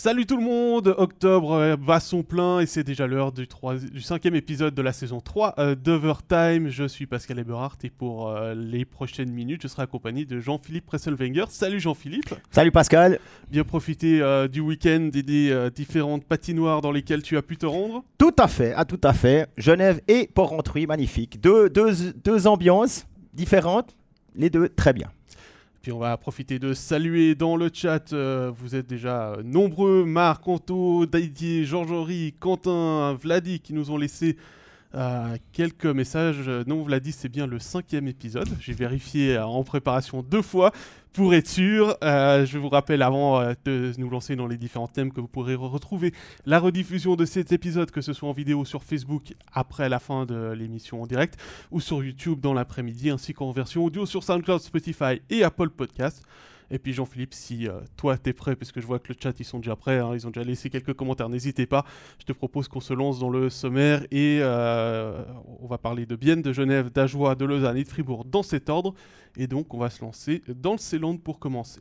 Salut tout le monde, octobre bat son plein et c'est déjà l'heure du 5e épisode de la saison 3 d'Overtime. Je suis Pascal Eberhardt et pour les prochaines minutes, je serai accompagné de Jean-Philippe Presselwenger. Salut Jean-Philippe. Salut Pascal. Bien profiter du week-end et des différentes patinoires dans lesquelles tu as pu te rendre. Tout à fait. Genève et Port-Rentruy, magnifique. Deux ambiances différentes, les deux très bien. Puis on va profiter de saluer dans le chat, vous êtes déjà nombreux, Marc, Anto, Didier, Georges-Henri, Quentin, Vladi qui nous ont laissé quelques messages. Non, Vladi, c'est bien le 5e épisode. J'ai vérifié en préparation 2 fois pour être sûr. Je vous rappelle avant de nous lancer dans les différents thèmes que vous pourrez retrouver la rediffusion de cet épisode, que ce soit en vidéo sur Facebook après la fin de l'émission en direct ou sur YouTube dans l'après-midi, ainsi qu'en version audio sur SoundCloud, Spotify et Apple Podcasts. Et puis Jean-Philippe, si toi t'es prêt, parce que je vois que le chat ils sont déjà prêts, hein, ils ont déjà laissé quelques commentaires, n'hésitez pas, je te propose qu'on se lance dans le sommaire et on va parler de Bienne, de Genève, d'Ajoie, de Lausanne et de Fribourg dans cet ordre. Et donc on va se lancer dans le Ceyland pour commencer.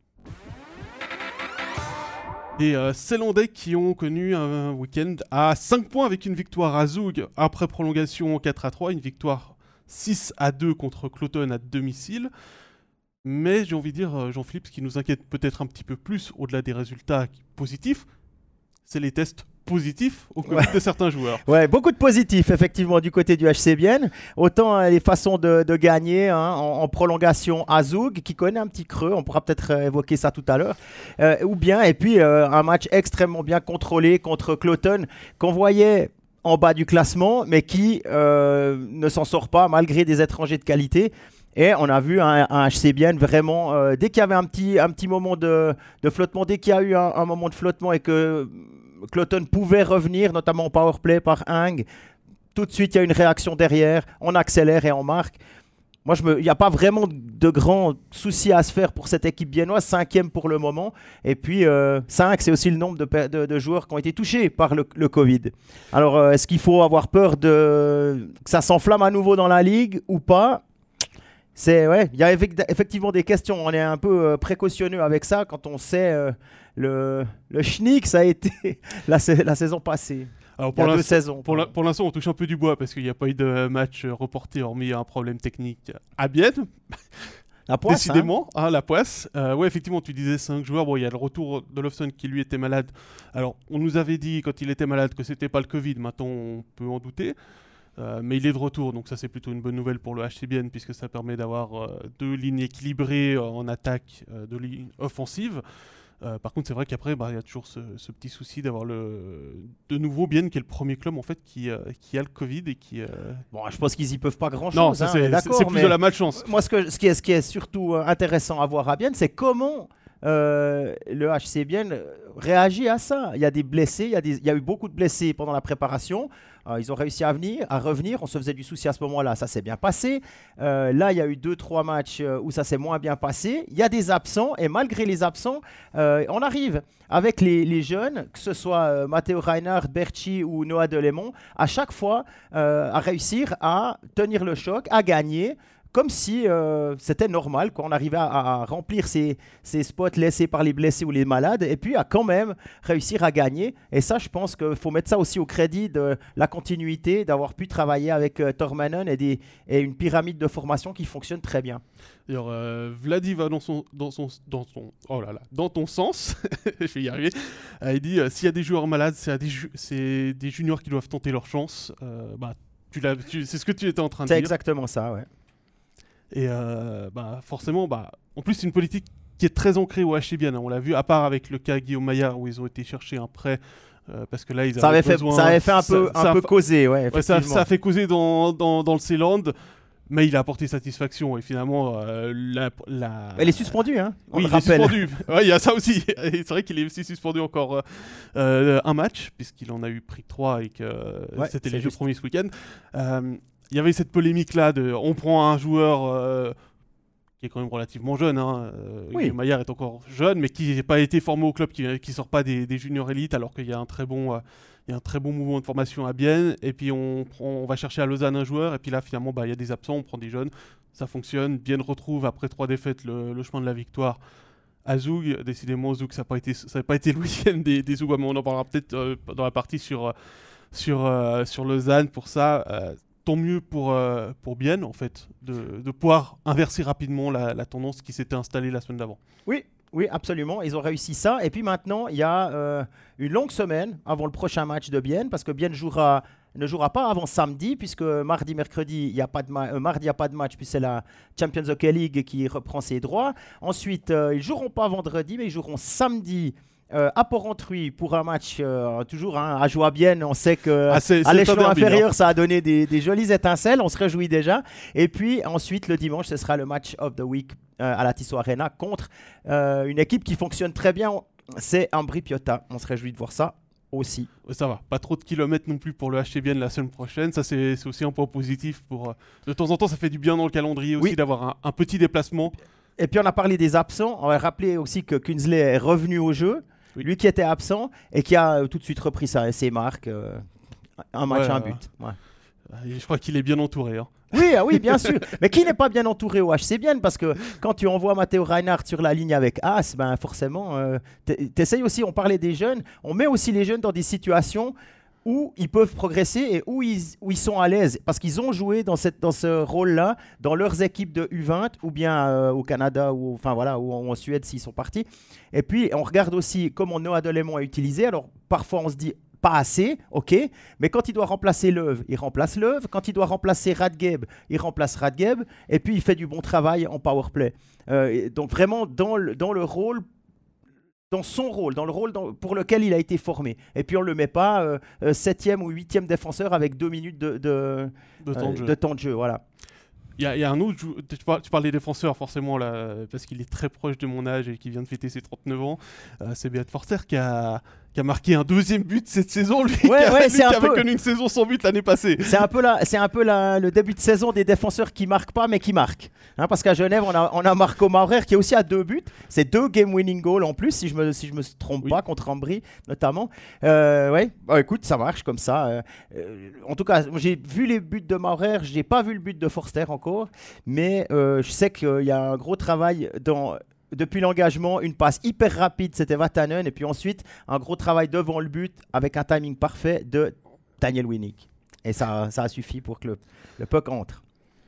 Les Ceylandais qui ont connu un week-end à 5 points avec une victoire à Zoug après prolongation 4-3, une victoire 6-2 contre Cloton à domicile. Mais j'ai envie de dire, Jean-Philippe, ce qui nous inquiète peut-être un petit peu plus, au-delà des résultats positifs, c'est les tests positifs au Covid de certains joueurs. Ouais, beaucoup de positifs, effectivement, du côté du HC Bienne. Autant les façons de gagner en prolongation à Zoug, qui connaît un petit creux, on pourra peut-être évoquer ça tout à l'heure. Ou bien, et puis un match extrêmement bien contrôlé contre Cloton, qu'on voyait en bas du classement, mais qui ne s'en sort pas malgré des étrangers de qualité. Et on a vu un HC Bienne vraiment, dès qu'il y avait un petit moment de flottement, dès qu'il y a eu un moment de flottement et que Cloton pouvait revenir, notamment au powerplay par Hing, tout de suite il y a une réaction derrière, on accélère et on marque. Moi, il n'y a pas vraiment de grands soucis à se faire pour cette équipe biennoise, 5e pour le moment. Et puis 5, c'est aussi le nombre de joueurs qui ont été touchés par le Covid. Alors, est-ce qu'il faut avoir peur que ça s'enflamme à nouveau dans la ligue ou pas ? Il y a effectivement des questions. On est un peu précautionneux avec ça quand on sait le schnick, ça a été la saison passée. Alors pour l'instant, on touche un peu du bois parce qu'il n'y a pas eu de match reporté hormis un problème technique à Bienne. La Poisse, décidément, la Poisse. Ouais, effectivement, tu disais 5 joueurs. Bon, il y a le retour de Lofton qui lui était malade. Alors, on nous avait dit quand il était malade que c'était pas le Covid. Maintenant, on peut en douter. Mais il est de retour, donc ça c'est plutôt une bonne nouvelle pour le HC Bienne puisque ça permet d'avoir 2 lignes équilibrées en attaque, 2 lignes offensives. Par contre, c'est vrai qu'après, il y a toujours ce petit souci d'avoir de nouveau Bienne qui est le premier club en fait qui a le Covid et qui. Bon, je pense qu'ils y peuvent pas grand-chose. Non, ça, c'est plus de la malchance. Moi, ce qui est surtout intéressant à voir à Bienne, c'est comment le HC Bienne réagit à ça. Il y a des blessés, il y a eu beaucoup de blessés pendant la préparation. Ils ont réussi à revenir. On se faisait du souci à ce moment-là. Ça s'est bien passé. Là, il y a eu 2-3 matchs où ça s'est moins bien passé. Il y a des absents. Et malgré les absents, on arrive avec les jeunes, que ce soit Matteo Reinhardt, Berchi ou Noah Delémont, à chaque fois à réussir à tenir le choc, à gagner. Comme si c'était normal, qu'on arrivait à remplir ces spots laissés par les blessés ou les malades, et puis à quand même réussir à gagner. Et ça, je pense qu'il faut mettre ça aussi au crédit de la continuité, d'avoir pu travailler avec Tormanen et une pyramide de formation qui fonctionne très bien. D'ailleurs, Vladi va dans ton sens, je vais y arriver. Il dit s'il y a des joueurs malades, c'est des juniors qui doivent tenter leur chance. C'est ce que tu étais en train de dire. C'est exactement ça, ouais. Et forcément, en plus, c'est une politique qui est très ancrée au HC Bienne. On l'a vu, à part avec le cas Guillaume Maillard, où ils ont été chercher un prêt, parce que là, ils avaient besoin... Ça avait fait un peu causer, ouais, effectivement. Ça a fait causer dans le Ceyland, mais il a apporté satisfaction. Et finalement, Elle est suspendue, hein. Oui, il est suspendu. Ouais, il y a ça aussi. Et c'est vrai qu'il est aussi suspendu encore un match, puisqu'il en a eu pris 3 et que c'était les Jeux premiers ce week-end. Il y avait cette polémique-là on prend un joueur qui est quand même relativement jeune. Oui. Maillard est encore jeune, mais qui n'a pas été formé au club, qui ne sort pas des juniors élites, alors qu'il y a un très bon mouvement de formation à Bienne. Et puis on va chercher à Lausanne un joueur, et puis là finalement il y a des absents, on prend des jeunes. Ça fonctionne. Bienne retrouve après 3 défaites le chemin de la victoire à Zug. Décidément, Zug, ça n'a pas été le week-end des Zougois, mais on en parlera peut-être dans la partie sur Lausanne pour ça. Tant mieux pour Bienne, en fait, de pouvoir inverser rapidement la tendance qui s'était installée la semaine d'avant. Oui, absolument. Ils ont réussi ça. Et puis maintenant, il y a une longue semaine avant le prochain match de Bienne, parce que Bienne ne jouera pas avant samedi, puisque mardi, mercredi, il n'y a pas de mardi, il n'y a pas de match, puis c'est la Champions Hockey League qui reprend ses droits. Ensuite, ils ne joueront pas vendredi, mais ils joueront samedi à Porrentruy pour un match toujours à Joie-Bienne. On sait qu'à l'échelon inférieur, ça a donné des jolies étincelles. On se réjouit déjà. Et puis ensuite, le dimanche, ce sera le match of the week à la Tissot Arena contre une équipe qui fonctionne très bien. C'est Ambri Piotta. On se réjouit de voir ça aussi. Ça va, pas trop de kilomètres non plus pour le HC Bienne la semaine prochaine. Ça, c'est aussi un point positif. De temps en temps, ça fait du bien dans le calendrier aussi d'avoir un petit déplacement. Et puis on a parlé des absents. On va rappeler aussi que Kunzley est revenu au jeu. Oui. Lui qui était absent et qui a tout de suite repris ses marques. Un match, un but. Ouais. Je crois qu'il est bien entouré. Hein. Oui, bien sûr. Mais qui n'est pas bien entouré au HC Bienne? Parce que quand tu envoies Matteo Reinhardt sur la ligne avec As, ben forcément, t'essayes aussi, on parlait des jeunes, on met aussi les jeunes dans des situations où ils peuvent progresser et où ils sont à l'aise. Parce qu'ils ont joué dans ce rôle-là, dans leurs équipes de U20 ou bien au Canada ou en Suède s'ils sont partis. Et puis, on regarde aussi comment Noah Delémont est utilisé. Alors, parfois, on se dit pas assez, ok, mais quand il doit remplacer Leuve, il remplace Leuve. Quand il doit remplacer Radgeb, il remplace Radgeb. Et puis, il fait du bon travail en powerplay. Donc, vraiment, dans le rôle, dans son rôle, dans le rôle pour lequel il a été formé. Et puis on ne le met pas 7e ou 8e défenseur avec 2 minutes de temps de jeu. Voilà. Il y a un autre, tu parles des défenseurs forcément, là, parce qu'il est très proche de mon âge et qui vient de fêter ses 39 ans. C'est Beat Forster qui a marqué un deuxième but cette saison, lui qui avait connu une saison sans but l'année passée. C'est un peu le début de saison des défenseurs qui marquent pas mais qui marquent. Hein, parce qu'à Genève, on a Marco Maurer qui est aussi à 2 buts. C'est 2 game-winning goals en plus, si je me trompe pas, contre Ambry notamment. Écoute, ça marche comme ça. En tout cas, j'ai vu les buts de Maurer, je n'ai pas vu le but de Forster encore, mais je sais qu'il y a un gros travail depuis l'engagement, une passe hyper rapide, c'était Vatanen, et puis ensuite, un gros travail devant le but avec un timing parfait de Daniel Winnick. Et ça a suffi pour que le puck entre.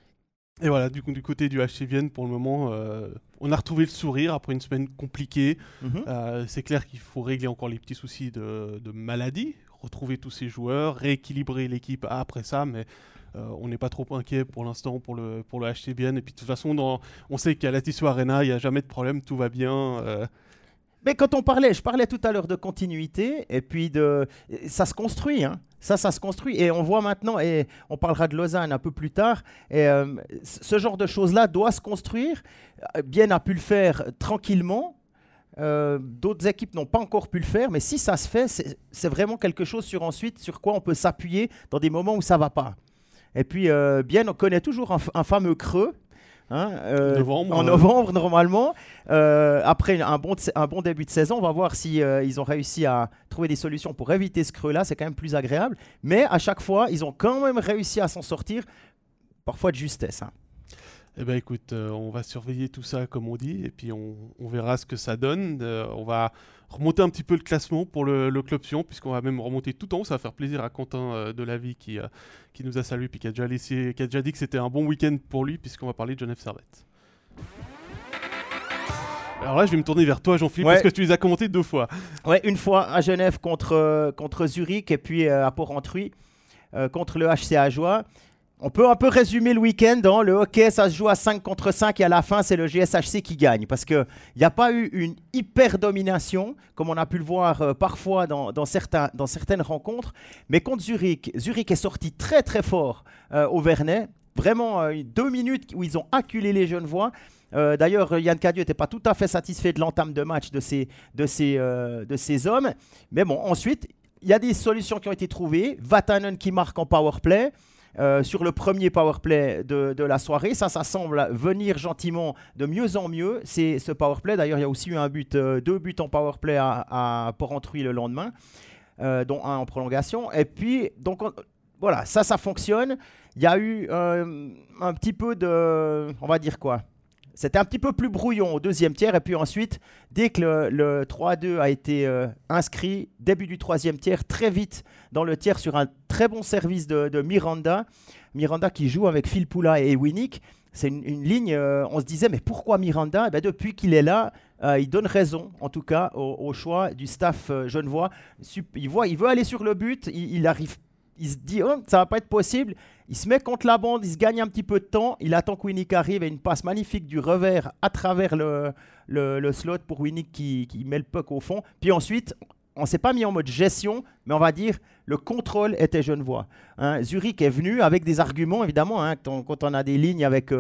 Et voilà, du côté du HC Vienne, pour le moment, on a retrouvé le sourire après une semaine compliquée. C'est clair qu'il faut régler encore les petits soucis de maladie, retrouver tous ces joueurs, rééquilibrer l'équipe après ça, mais on n'est pas trop inquiet pour l'instant pour le HC Bienne. Et puis de toute façon, on sait qu'à la Tissot Arena, il n'y a jamais de problème, tout va bien. Mais quand je parlais tout à l'heure de continuité, et puis ça se construit, hein. Ça se construit. Et on voit maintenant, et on parlera de Lausanne un peu plus tard, et ce genre de choses-là doit se construire. Bienne a pu le faire tranquillement. D'autres équipes n'ont pas encore pu le faire, mais si ça se fait, c'est vraiment quelque chose sur quoi on peut s'appuyer dans des moments où ça ne va pas. Et puis, Bienne, on connaît toujours un fameux creux. En novembre, normalement. Après un bon début de saison, on va voir si ils ont réussi à trouver des solutions pour éviter ce creux-là. C'est quand même plus agréable. Mais à chaque fois, ils ont quand même réussi à s'en sortir, parfois de justesse. Hein. Eh bien, écoute, on va surveiller tout ça, comme on dit, et puis on verra ce que ça donne. On va remonter un petit peu le classement pour le Club Sion, puisqu'on va même remonter tout en haut. Ça va faire plaisir à Quentin Delavie qui nous a salué, puis qui a déjà dit que c'était un bon week-end pour lui, puisqu'on va parler de Genève Servette. Alors là, je vais me tourner vers toi, Jean-Philippe, parce que tu les as commentés 2 fois. Ouais, une fois à Genève contre Zurich, et puis à Porrentruy contre le HC Ajoie. On peut un peu résumer le week-end. Le hockey, ça se joue à 5 contre 5 et à la fin, c'est le GSHC qui gagne. Parce qu'il n'y a pas eu une hyper domination, comme on a pu le voir parfois dans certaines rencontres. Mais contre Zurich est sorti très très fort au Vernet. Vraiment 2 minutes où ils ont acculé les Genevois. D'ailleurs, Yann Cadieux n'était pas tout à fait satisfait de l'entame de match de ces hommes. Mais bon, ensuite, il y a des solutions qui ont été trouvées. Vatanen qui marque en powerplay. Sur le premier powerplay de la soirée. Ça semble venir gentiment de mieux en mieux, c'est ce powerplay. D'ailleurs, il y a aussi eu 2 buts en powerplay à Porrentruy le lendemain, dont un en prolongation. Et puis, donc, voilà, ça fonctionne. Il y a eu un petit peu de... On va dire quoi ? C'était un petit peu plus brouillon au deuxième tiers. Et puis ensuite, dès que le 3-2 a été inscrit, début du troisième tiers, très vite dans le tiers sur un très bon service de Miranda. Miranda qui joue avec Phil Poula et Winnick. C'est une ligne, on se disait, mais pourquoi Miranda ? Depuis qu'il est là, il donne raison, en tout cas, au choix du staff genevois. Il veut aller sur le but, il arrive, il se dit, oh, ça ne va pas être possible. Il se met contre la bande, il se gagne un petit peu de temps, il attend que Winnick arrive et une passe magnifique du revers à travers le slot pour Winnick qui met le puck au fond. Puis ensuite, on ne s'est pas mis en mode gestion, mais on va dire le contrôle était genevois. Zurich est venu avec des arguments, évidemment, quand on a des lignes avec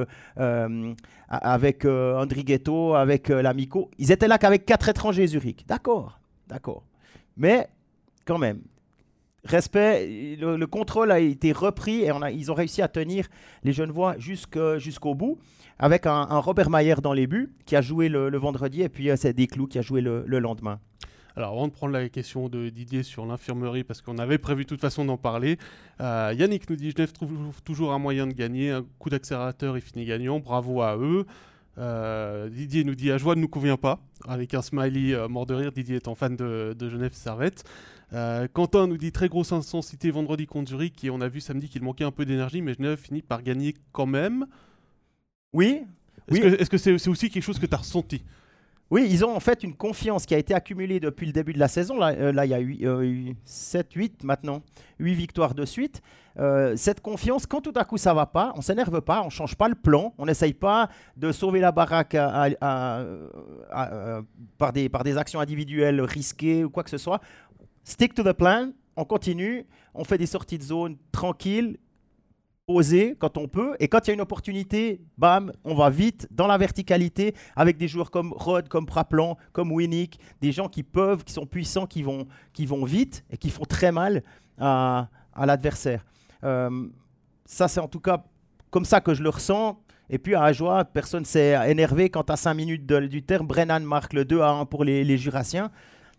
Andrighetto, avec Lamico. Ils étaient là qu'avec 4 étrangers, Zurich. D'accord. Mais quand même, respect, le contrôle a été repris et ils ont réussi à tenir les Genevois jusqu'au bout, avec un Robert Mayer dans les buts, qui a joué le vendredi, et puis c'est Desclous qui a joué le lendemain. Alors, avant de prendre la question de Didier sur l'infirmerie, parce qu'on avait prévu de toute façon d'en parler, Yannick nous dit « Genève trouve toujours un moyen de gagner, un coup d'accélérateur, il finit gagnant, bravo à eux ». Didier nous dit « Ajoie ne nous convient pas », avec un smiley mort de rire, Didier étant fan de Genève Servette. Quentin nous dit « Très grosse intensité vendredi contre Zurich, et on a vu samedi qu'il manquait un peu d'énergie, mais Genève finit par gagner quand même ». Oui. Est-ce que c'est aussi quelque chose que tu as ressenti ? Oui, ils ont en fait une confiance qui a été accumulée depuis le début de la saison. Là il y a eu 7, 8 maintenant, 8 victoires de suite. Cette confiance, quand tout à coup ça ne va pas, on ne s'énerve pas, on ne change pas le plan, on n'essaye pas de sauver la baraque par des actions individuelles risquées ou quoi que ce soit. Stick to the plan, on continue, on fait des sorties de zone tranquilles, posé quand on peut, et quand il y a une opportunité, bam, on va vite dans la verticalité avec des joueurs comme Rod, comme Praplan, comme Winnick, des gens qui sont puissants, qui vont vite et qui font très mal à l'adversaire. Ça, c'est en tout cas comme ça que je le ressens. Et puis à Ajoie, personne s'est énervé quand à 5 minutes du terme, Brennan marque le 2-1 pour les Jurassiens.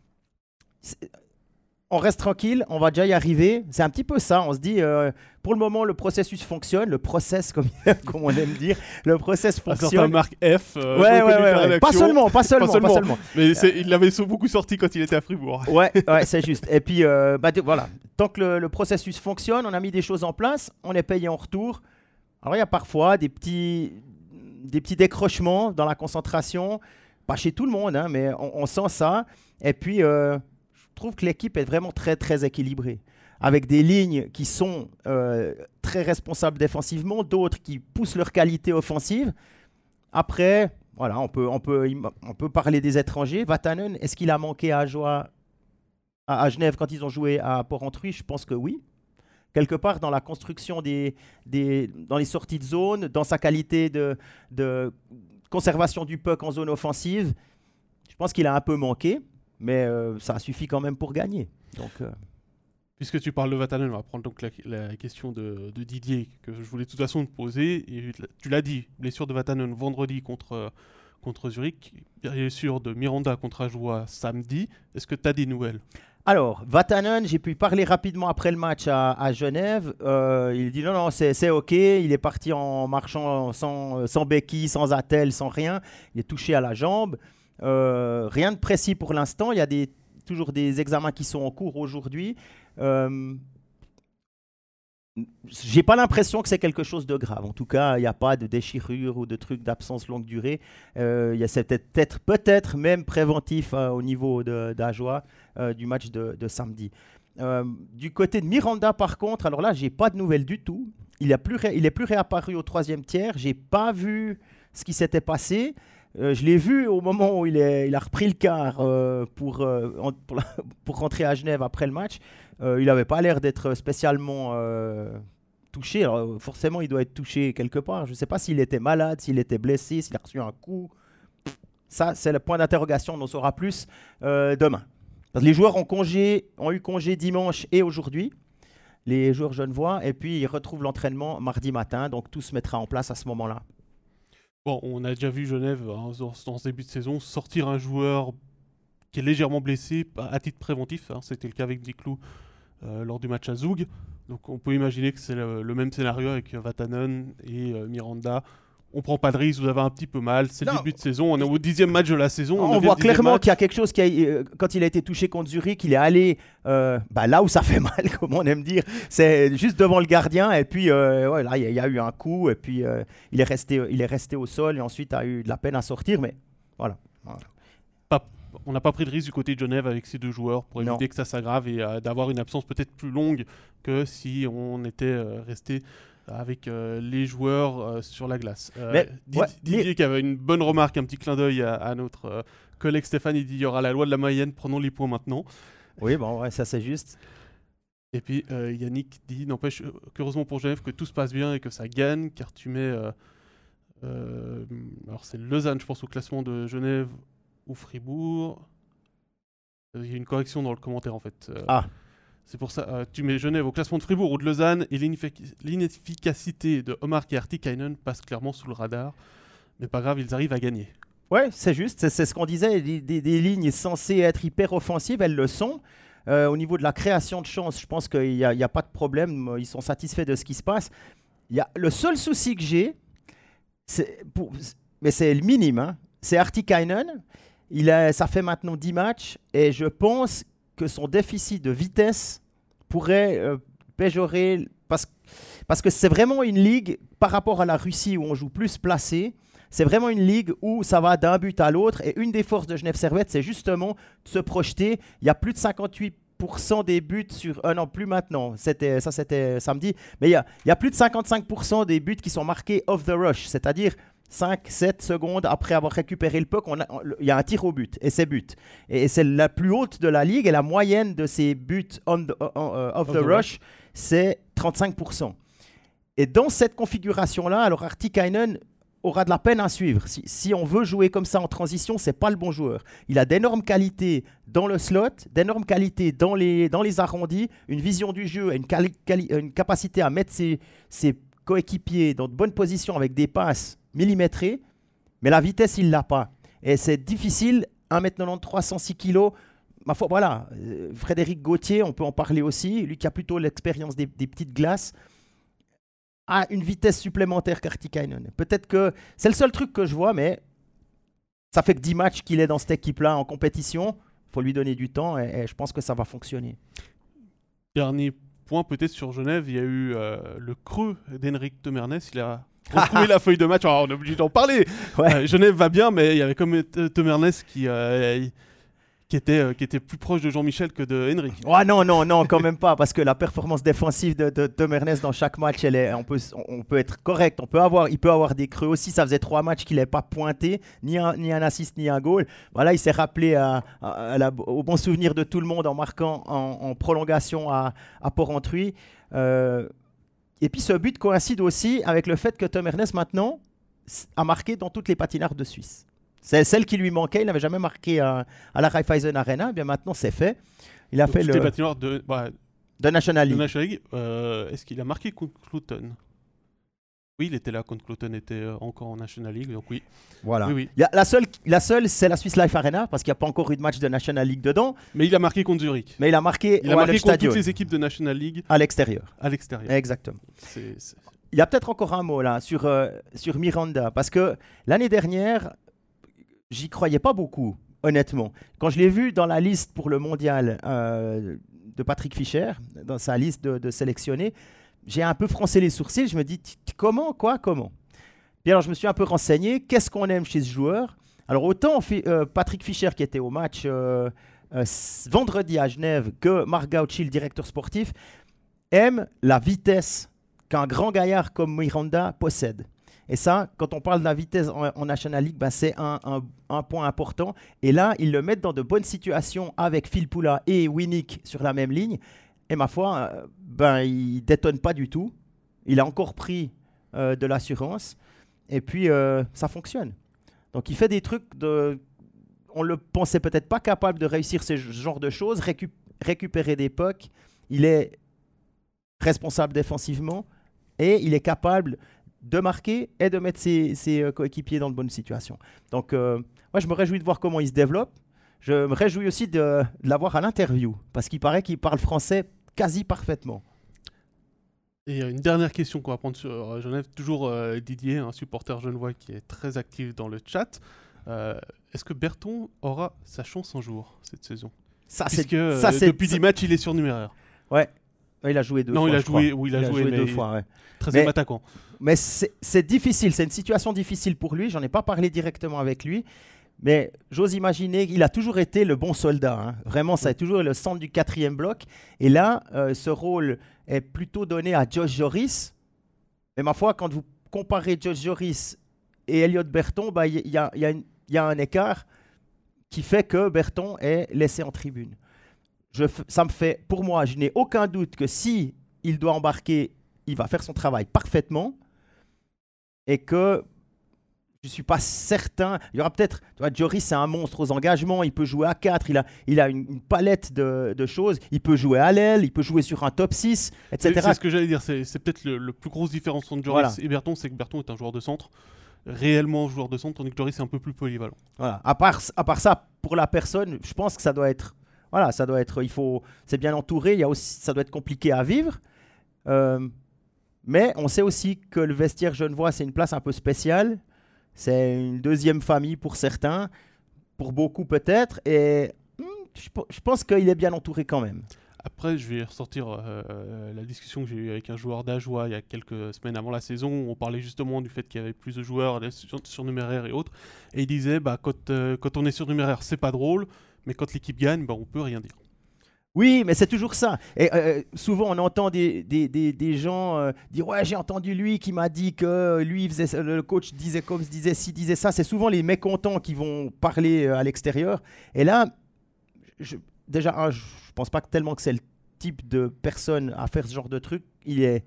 On reste tranquille, on va déjà y arriver. C'est un petit peu ça. On se dit, pour le moment, le processus fonctionne. Le process, comme on aime dire, le process fonctionne. Un certain Marc F. Ouais. Pas seulement. Mais il l'avait beaucoup sorti quand il était à Fribourg. Ouais, c'est juste. Et puis, voilà. Tant que le processus fonctionne, on a mis des choses en place, on est payé en retour. Alors, il y a parfois des petits décrochements dans la concentration. Pas chez tout le monde, mais on sent ça. Et puis... je trouve que l'équipe est vraiment très, très équilibrée, avec des lignes qui sont très responsables défensivement, d'autres qui poussent leur qualité offensive. Après, voilà, on peut parler des étrangers. Vatanen, est-ce qu'il a manqué à Genève quand ils ont joué à Porrentruy ? Je pense que oui. Quelque part, dans la construction dans les sorties de zone, dans sa qualité de conservation du puck en zone offensive, je pense qu'il a un peu manqué. Mais ça suffit quand même pour gagner. Donc, Puisque tu parles de Vatanen, on va prendre donc la question de Didier, que je voulais de toute façon te poser. Et tu l'as dit, blessure de Vatanen vendredi contre Zurich, blessure de Miranda contre Ajoie samedi. Est-ce que tu as des nouvelles ? Alors, Vatanen, j'ai pu parler rapidement après le match à Genève. Il dit non, c'est OK. Il est parti en marchant sans béquille, sans attelle, sans rien. Il est touché à la jambe. Rien de précis pour l'instant. Il y a toujours des examens qui sont en cours aujourd'hui. J'ai pas l'impression que c'est quelque chose de grave. En tout cas, il n'y a pas de déchirure ou de trucs d'absence longue durée. C'est peut-être même préventif au niveau d'Ajoie du match de samedi. Du côté de Miranda, par contre, alors là, j'ai pas de nouvelles du tout. Il est plus réapparu au troisième tiers. J'ai pas vu ce qui s'était passé. Je l'ai vu au moment où il a repris le quart pour rentrer à Genève après le match. Il n'avait pas l'air d'être spécialement touché. Alors, forcément, il doit être touché quelque part. Je ne sais pas s'il était malade, s'il était blessé, s'il a reçu un coup. Ça, c'est le point d'interrogation. On en saura plus demain. Parce que les joueurs ont eu congé dimanche et aujourd'hui, les joueurs genevois. Et puis, ils retrouvent l'entraînement mardi matin. Donc, tout se mettra en place à ce moment-là. Bon, on a déjà vu Genève dans ce début de saison sortir un joueur qui est légèrement blessé à titre préventif. C'était le cas avec Desclous lors du match à Zoug. Donc on peut imaginer que c'est le même scénario avec Vatanen et Miranda. on prend pas de risque, vous avez un petit peu mal, c'est le début de saison, on est au 10e match de la saison. On voit clairement qu'il y a quelque chose quand il a été touché contre Zurich, il est allé là où ça fait mal, comme on aime dire, c'est juste devant le gardien, et puis là il y a eu un coup, et puis il est resté au sol, et ensuite a eu de la peine à sortir, mais voilà. On n'a pas pris de risque du côté de Genève avec ces 2 joueurs pour éviter que ça s'aggrave et d'avoir une absence peut-être plus longue que si on était resté avec les joueurs sur la glace. Didier qui avait une bonne remarque, un petit clin d'œil à notre collègue Stéphane, il dit il y aura la loi de la moyenne, prenons les points maintenant. Oui, ça c'est juste. Et puis Yannick dit n'empêche qu'heureusement pour Genève que tout se passe bien et que ça gagne, car tu mets alors c'est Lausanne je pense au classement de Genève ou Fribourg. Il y a une correction dans le commentaire en fait. C'est pour ça, tu mets Genève au classement de Fribourg ou de Lausanne et l'inefficacité de Omar et Artikainen passe clairement sous le radar. Mais pas grave, ils arrivent à gagner. Ouais, c'est juste, c'est ce qu'on disait, des lignes censées être hyper offensives, elles le sont. Au niveau de la création de chances, je pense qu'il n'y a pas de problème, ils sont satisfaits de ce qui se passe. Le seul souci que j'ai, mais c'est le minime, hein, c'est Artikainen. Ça fait maintenant 10 matchs et je pense que son déficit de vitesse pourrait péjorer parce que c'est vraiment une ligue par rapport à la Russie où on joue plus placé. C'est vraiment une ligue où ça va d'un but à l'autre et une des forces de Genève Servette, c'est justement de se projeter. Il y a plus de 58% des buts sur un an, plus maintenant. C'était samedi. Mais il y a plus de 55% des buts qui sont marqués off the rush, c'est-à-dire 5-7 secondes après avoir récupéré le puck, il y a un tir au but et c'est but. Et c'est la plus haute de la ligue et la off the rush, c'est 35%. Et dans cette configuration-là, alors Artikainen aura de la peine à suivre. Si on veut jouer comme ça en transition, c'est pas le bon joueur. Il a d'énormes qualités dans le slot, d'énormes qualités dans les arrondis, une vision du jeu, une capacité à mettre ses coéquipiers dans de bonnes positions avec des passes millimétrées, mais la vitesse, il l'a pas. Et c'est difficile, 1m93, 106 kg. Ma foi, voilà, Frédéric Gauthier, on peut en parler aussi, lui qui a plutôt l'expérience des petites glaces, a une vitesse supplémentaire qu'Artikainen. Peut-être que c'est le seul truc que je vois, mais ça fait que 10 matchs qu'il est dans cette équipe-là en compétition. Il faut lui donner du temps et je pense que ça va fonctionner. Dernier point peut-être sur Genève, il y a eu le creux d'Henrik Temernes. Il a retrouvé la feuille de match. Alors, on est obligé d'en parler. Ouais. Genève va bien, mais il y avait comme Temernes qui était plus proche de Jean-Michel que de Henrik. Ouais, non, quand même pas, parce que la performance défensive de Temernes dans chaque match, on peut être correct. Il peut avoir des creux aussi. Ça faisait 3 matchs qu'il n'avait pas pointé, ni un assist, ni un goal. Voilà, il s'est rappelé au bon souvenir de tout le monde en marquant en prolongation à Porrentruy. Et puis ce but coïncide aussi avec le fait que Temernes maintenant a marqué dans toutes les patinoires de Suisse. C'est celle qui lui manquait. Il n'avait jamais marqué à la Raiffeisen Arena. Eh bien maintenant, c'est fait. Il a fait le patinoire de National League. Est-ce qu'il a marqué contre Clouton ? Oui, il était là quand Clouton était encore en National League. Donc oui. Voilà. Oui. La seule, c'est la Swiss Life Arena parce qu'il n'y a pas encore eu de match de National League dedans. Mais il a marqué contre Zurich. Mais il a marqué contre toutes les équipes de National League. À l'extérieur. Exactement. Il y a peut-être encore un mot là sur Miranda parce que l'année dernière, j'y croyais pas beaucoup, honnêtement. Quand je l'ai vu dans la liste pour le mondial de Patrick Fischer, dans sa liste de sélectionnés, j'ai un peu froncé les sourcils. Je me dis, comment ? Puis alors, je me suis un peu renseigné. Qu'est-ce qu'on aime chez ce joueur ? Alors, autant Patrick Fischer, qui était au match vendredi à Genève, que Marc Gauchi, le directeur sportif, aime la vitesse qu'un grand gaillard comme Miranda possède. Et ça, quand on parle de la vitesse en National League, c'est un point important. Et là, ils le mettent dans de bonnes situations avec Phil Poula et Winnick sur la même ligne. Et ma foi, il ne détonne pas du tout. Il a encore pris de l'assurance. Et puis, ça fonctionne. Donc, il fait des trucs on ne le pensait peut-être pas capable de réussir ce genre de choses. Récupérer des pucks. Il est responsable défensivement. Et il est capable de marquer et de mettre ses coéquipiers dans de bonnes situations. Donc, moi, je me réjouis de voir comment il se développe. Je me réjouis aussi de l'avoir à l'interview, parce qu'il paraît qu'il parle français quasi parfaitement. Et une dernière question qu'on va prendre sur Genève, toujours Didier, un supporter genevois qui est très actif dans le chat. Est-ce que Berton aura sa chance un jour cette saison ? Puisque depuis 10 matchs, il est surnuméraire. Ouais. Il a joué deux fois. Non, il a joué deux fois. Ouais. 13e attaquant. Mais c'est difficile, c'est une situation difficile pour lui. J'en ai pas parlé directement avec lui. Mais j'ose imaginer qu'il a toujours été le bon soldat. Hein. Vraiment, ça a toujours été le centre du 4e bloc. Et là, ce rôle est plutôt donné à Josh Joris. Mais ma foi, quand vous comparez Josh Joris et Elliot Berton, il y a un écart qui fait que Berton est laissé en tribune. Ça me fait, pour moi, je n'ai aucun doute que si il doit embarquer, il va faire son travail parfaitement et que je ne suis pas certain. Il y aura peut-être, tu vois, Joris, c'est un monstre aux engagements, il peut jouer à 4, il a une palette de choses, il peut jouer à l'aile, il peut jouer sur un top 6, etc. C'est ce que j'allais dire, c'est peut-être le plus grosse différence entre Joris et Berton, c'est que Berton est un joueur de centre, réellement joueur de centre, tandis que Joris est un peu plus polyvalent. Voilà. À part ça, pour la personne, je pense que ça doit être, c'est bien entouré, ça doit être compliqué à vivre. Mais on sait aussi que le vestiaire genevois, c'est une place un peu spéciale. C'est une deuxième famille pour certains, pour beaucoup peut-être. Et je pense qu'il est bien entouré quand même. Après, je vais ressortir la discussion que j'ai eue avec un joueur d'Ajoie il y a quelques semaines avant la saison. Où on parlait justement du fait qu'il y avait plus de joueurs surnuméraires et autres. Et il disait, quand on est surnuméraire, c'est pas drôle. Mais quand l'équipe gagne, on peut rien dire. Oui, mais c'est toujours ça. Et souvent, on entend des gens dire « Ouais, j'ai entendu lui qui m'a dit que lui, le coach disait comme, disait ça. » C'est souvent les mécontents qui vont parler à l'extérieur. Et là, je pense pas tellement que c'est le type de personne à faire ce genre de truc. Il est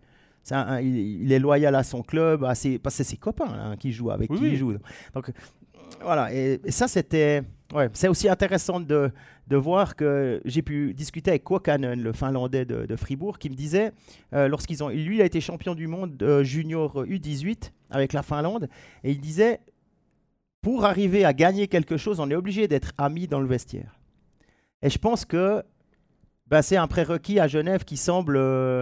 loyal à son club, parce que c'est ses copains qui jouent, avec qui il joue. Donc, voilà. Et ça, c'était... Ouais, c'est aussi intéressant de voir que j'ai pu discuter avec Kuokkanen, le Finlandais de Fribourg, qui me disait, lui, il a été champion du monde junior U18 avec la Finlande, et il disait, pour arriver à gagner quelque chose, on est obligé d'être amis dans le vestiaire. Et je pense que c'est un prérequis à Genève qui semble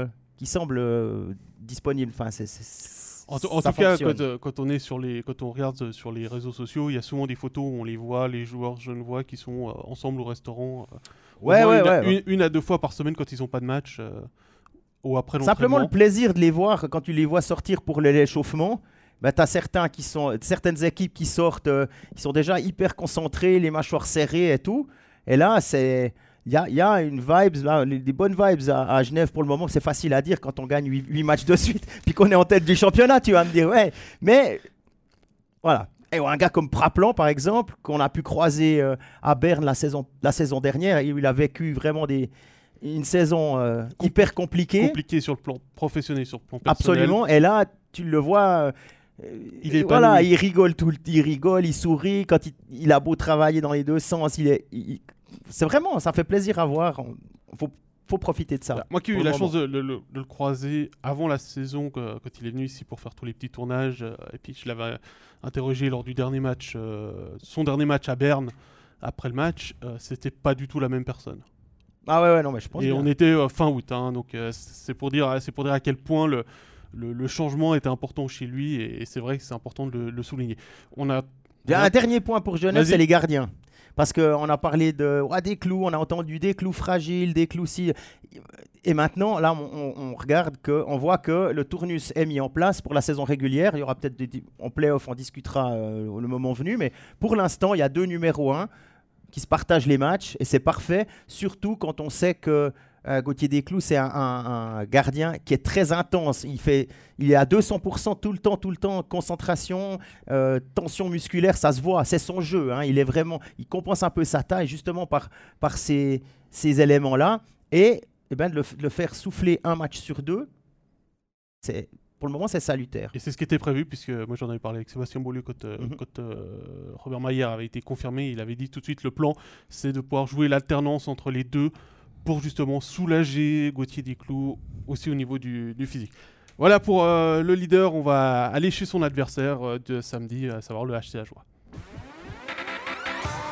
disponible. Enfin, En tout cas, quand on regarde sur les réseaux sociaux, il y a souvent des photos où on les voit, les joueurs genevois qui sont ensemble au restaurant. Une à deux fois par semaine quand ils n'ont pas de match ou après l'entraînement. Simplement le plaisir de les voir quand tu les vois sortir pour l'échauffement. Tu as certaines équipes qui sortent, qui sont déjà hyper concentrées, les mâchoires serrées et tout. Et là, il y a une vibe, là, des bonnes vibes à Genève pour le moment. C'est facile à dire quand on gagne 8 matchs de suite, puis qu'on est en tête du championnat, tu vas me dire, ouais. Mais voilà. Et un gars comme Praplan, par exemple, qu'on a pu croiser à Berne la saison dernière, il a vécu vraiment une saison hyper compliquée. Compliquée sur le plan professionnel, sur le plan personnel. Absolument. Et là, tu le vois... il rigole il sourit quand il a beau travailler dans les deux sens, c'est vraiment, ça fait plaisir à voir. Faut profiter de ça. Voilà. Moi qui ai eu la chance de le croiser avant la saison, quand il est venu ici pour faire tous les petits tournages, et puis je l'avais interrogé lors du dernier match, son dernier match à Berne. Après le match, c'était pas du tout la même personne. Ah ouais, non, mais je pense. Et on était fin août, donc c'est pour dire à quel point le changement était important chez lui, et c'est vrai que c'est important de le souligner. Un dernier point pour Genève, c'est les gardiens. Parce qu'on a parlé des clous, on a entendu des clous fragiles, des clous si... Et maintenant, là, on regarde, on voit que le tournus est mis en place pour la saison régulière. Il y aura peut-être en play-off, on discutera le moment venu. Mais pour l'instant, il y a 2 numéros 1 qui se partagent les matchs. Et c'est parfait, surtout quand on sait que Gauthier Desclous, c'est un gardien qui est très intense. Il est à 200% tout le temps, concentration, tension musculaire, ça se voit, c'est son jeu. Il compense un peu sa taille justement par ces éléments-là. Et de le faire souffler un match sur 2, pour le moment, c'est salutaire. Et c'est ce qui était prévu, puisque moi j'en avais parlé avec Sébastien Beaulieu quand Robert Maillard avait été confirmé. Il avait dit tout de suite, le plan, c'est de pouvoir jouer l'alternance entre les deux, pour justement soulager Gauthier Desclous aussi au niveau du physique. Voilà pour le leader, on va aller chez son adversaire de samedi, à savoir le HC Ajoie.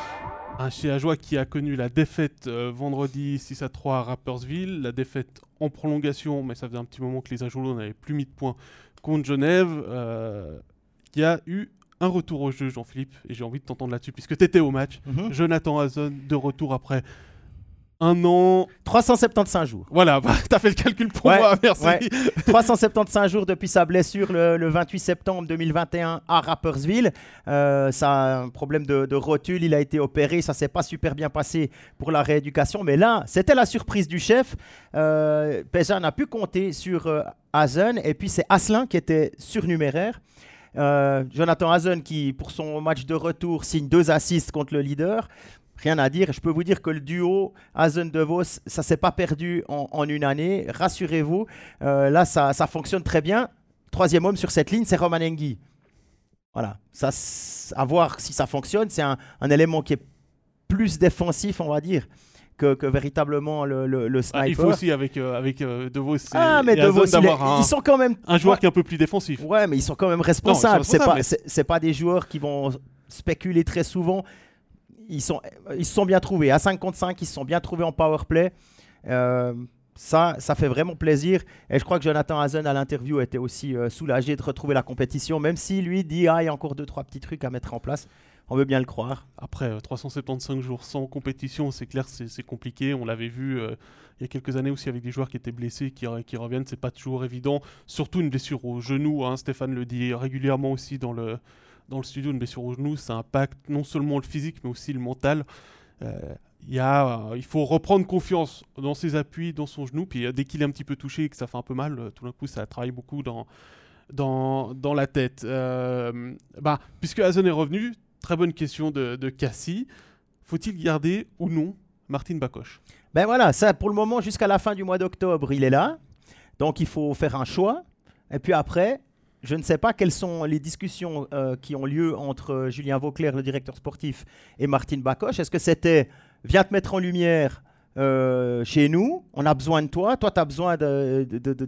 Un Chiajois qui a connu la défaite vendredi 6-3 à Rapperswil, la défaite en prolongation, mais ça faisait un petit moment que les Ajoulots n'avaient plus mis de points contre Genève. Il y a eu un retour au jeu, Jean-Philippe, et j'ai envie de t'entendre là-dessus, puisque tu étais au match. Jonathan Hazen de retour après un an. 375 jours. Voilà, t'as fait le calcul pour moi, merci. Ouais. 375 jours depuis sa blessure le 28 septembre 2021 à Rapperswil. Ça a un problème de rotule, il a été opéré, ça s'est pas super bien passé pour la rééducation. Mais là, c'était la surprise du chef. Pézan a pu compter sur Hazen, et puis c'est Asselin qui était surnuméraire. Jonathan Hazen qui, pour son match de retour, signe 2 assists contre le leader. Rien à dire. Je peux vous dire que le duo Hazen-De Vos, ça ne s'est pas perdu en une année. Rassurez-vous, là, ça fonctionne très bien. Troisième homme sur cette ligne, c'est Roman Engi. Voilà. Ça, à voir si ça fonctionne. C'est un élément qui est plus défensif, on va dire, que véritablement le sniper. Il faut aussi avec De Vos mais De Vos, d'avoir ils sont quand même un joueur qui est un peu plus défensif. Ouais, mais ils sont quand même responsables. Non, c'est pas des joueurs qui vont spéculer très souvent. Ils se sont bien trouvés. À 5 contre 5, ils se sont bien trouvés en power play. Ça fait vraiment plaisir. Et je crois que Jonathan Hazen, à l'interview, était aussi soulagé de retrouver la compétition, même si lui dit il y a encore 2-3 petits trucs à mettre en place. On veut bien le croire. Après 375 jours sans compétition, c'est clair, c'est compliqué. On l'avait vu il y a quelques années aussi avec des joueurs qui étaient blessés, qui reviennent. C'est pas toujours évident. Surtout une blessure au genou. Stéphane le dit régulièrement aussi dans le studio, une blessure au genou, ça impacte non seulement le physique, mais aussi le mental. Il faut reprendre confiance dans ses appuis, dans son genou. Puis dès qu'il est un petit peu touché et que ça fait un peu mal, tout d'un coup, ça travaille beaucoup dans la tête. Puisque Hazen est revenu, très bonne question de Cassie. Faut-il garder ou non Martin Bakoš ? Ben voilà, ça pour le moment, jusqu'à la fin du mois d'octobre, il est là. Donc il faut faire un choix. Et puis après, je ne sais pas quelles sont les discussions qui ont lieu entre Julien Vauclair, le directeur sportif, et Martin Bakoš. Est-ce que c'était « viens te mettre en lumière chez nous, on a besoin de toi, toi tu as besoin de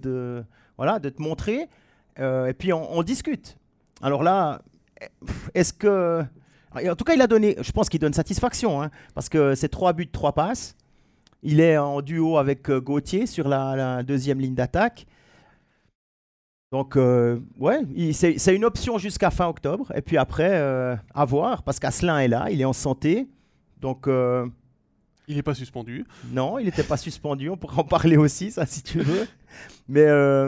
te montrer, et puis on discute ». Alors là, est-ce que... En tout cas, je pense qu'il donne satisfaction, parce que c'est 3 buts, 3 passes. Il est en duo avec Gauthier sur la deuxième ligne d'attaque. Donc, c'est une option jusqu'à fin octobre. Et puis après, à voir, parce qu'Asselin est là, il est en santé. Donc, il n'est pas suspendu. Non, il n'était pas suspendu. On pourra en parler aussi, ça, si tu veux. Mais,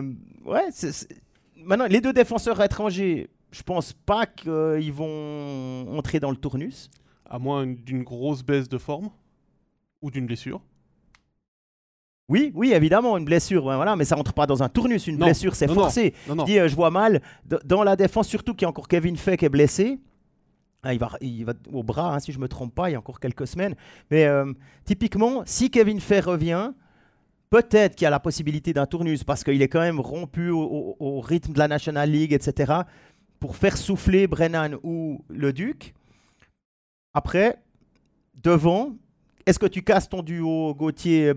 maintenant, les 2 défenseurs étrangers, je ne pense pas qu'ils vont entrer dans le tournus. À moins d'une grosse baisse de forme ou d'une blessure. Oui, évidemment, une blessure, mais ça rentre pas dans un tournus. Une blessure, c'est forcé. Non. Je vois mal dans la défense, surtout qu'il y a encore Kevin Fay qui est blessé. Il va au bras, si je me trompe pas, il y a encore quelques semaines. Mais typiquement, si Kevin Fay revient, peut-être qu'il y a la possibilité d'un tournus parce qu'il est quand même rompu au rythme de la National League, etc. pour faire souffler Brennan ou le Duc. Après, devant, est-ce que tu casses ton duo Gauthier-Bakoš ?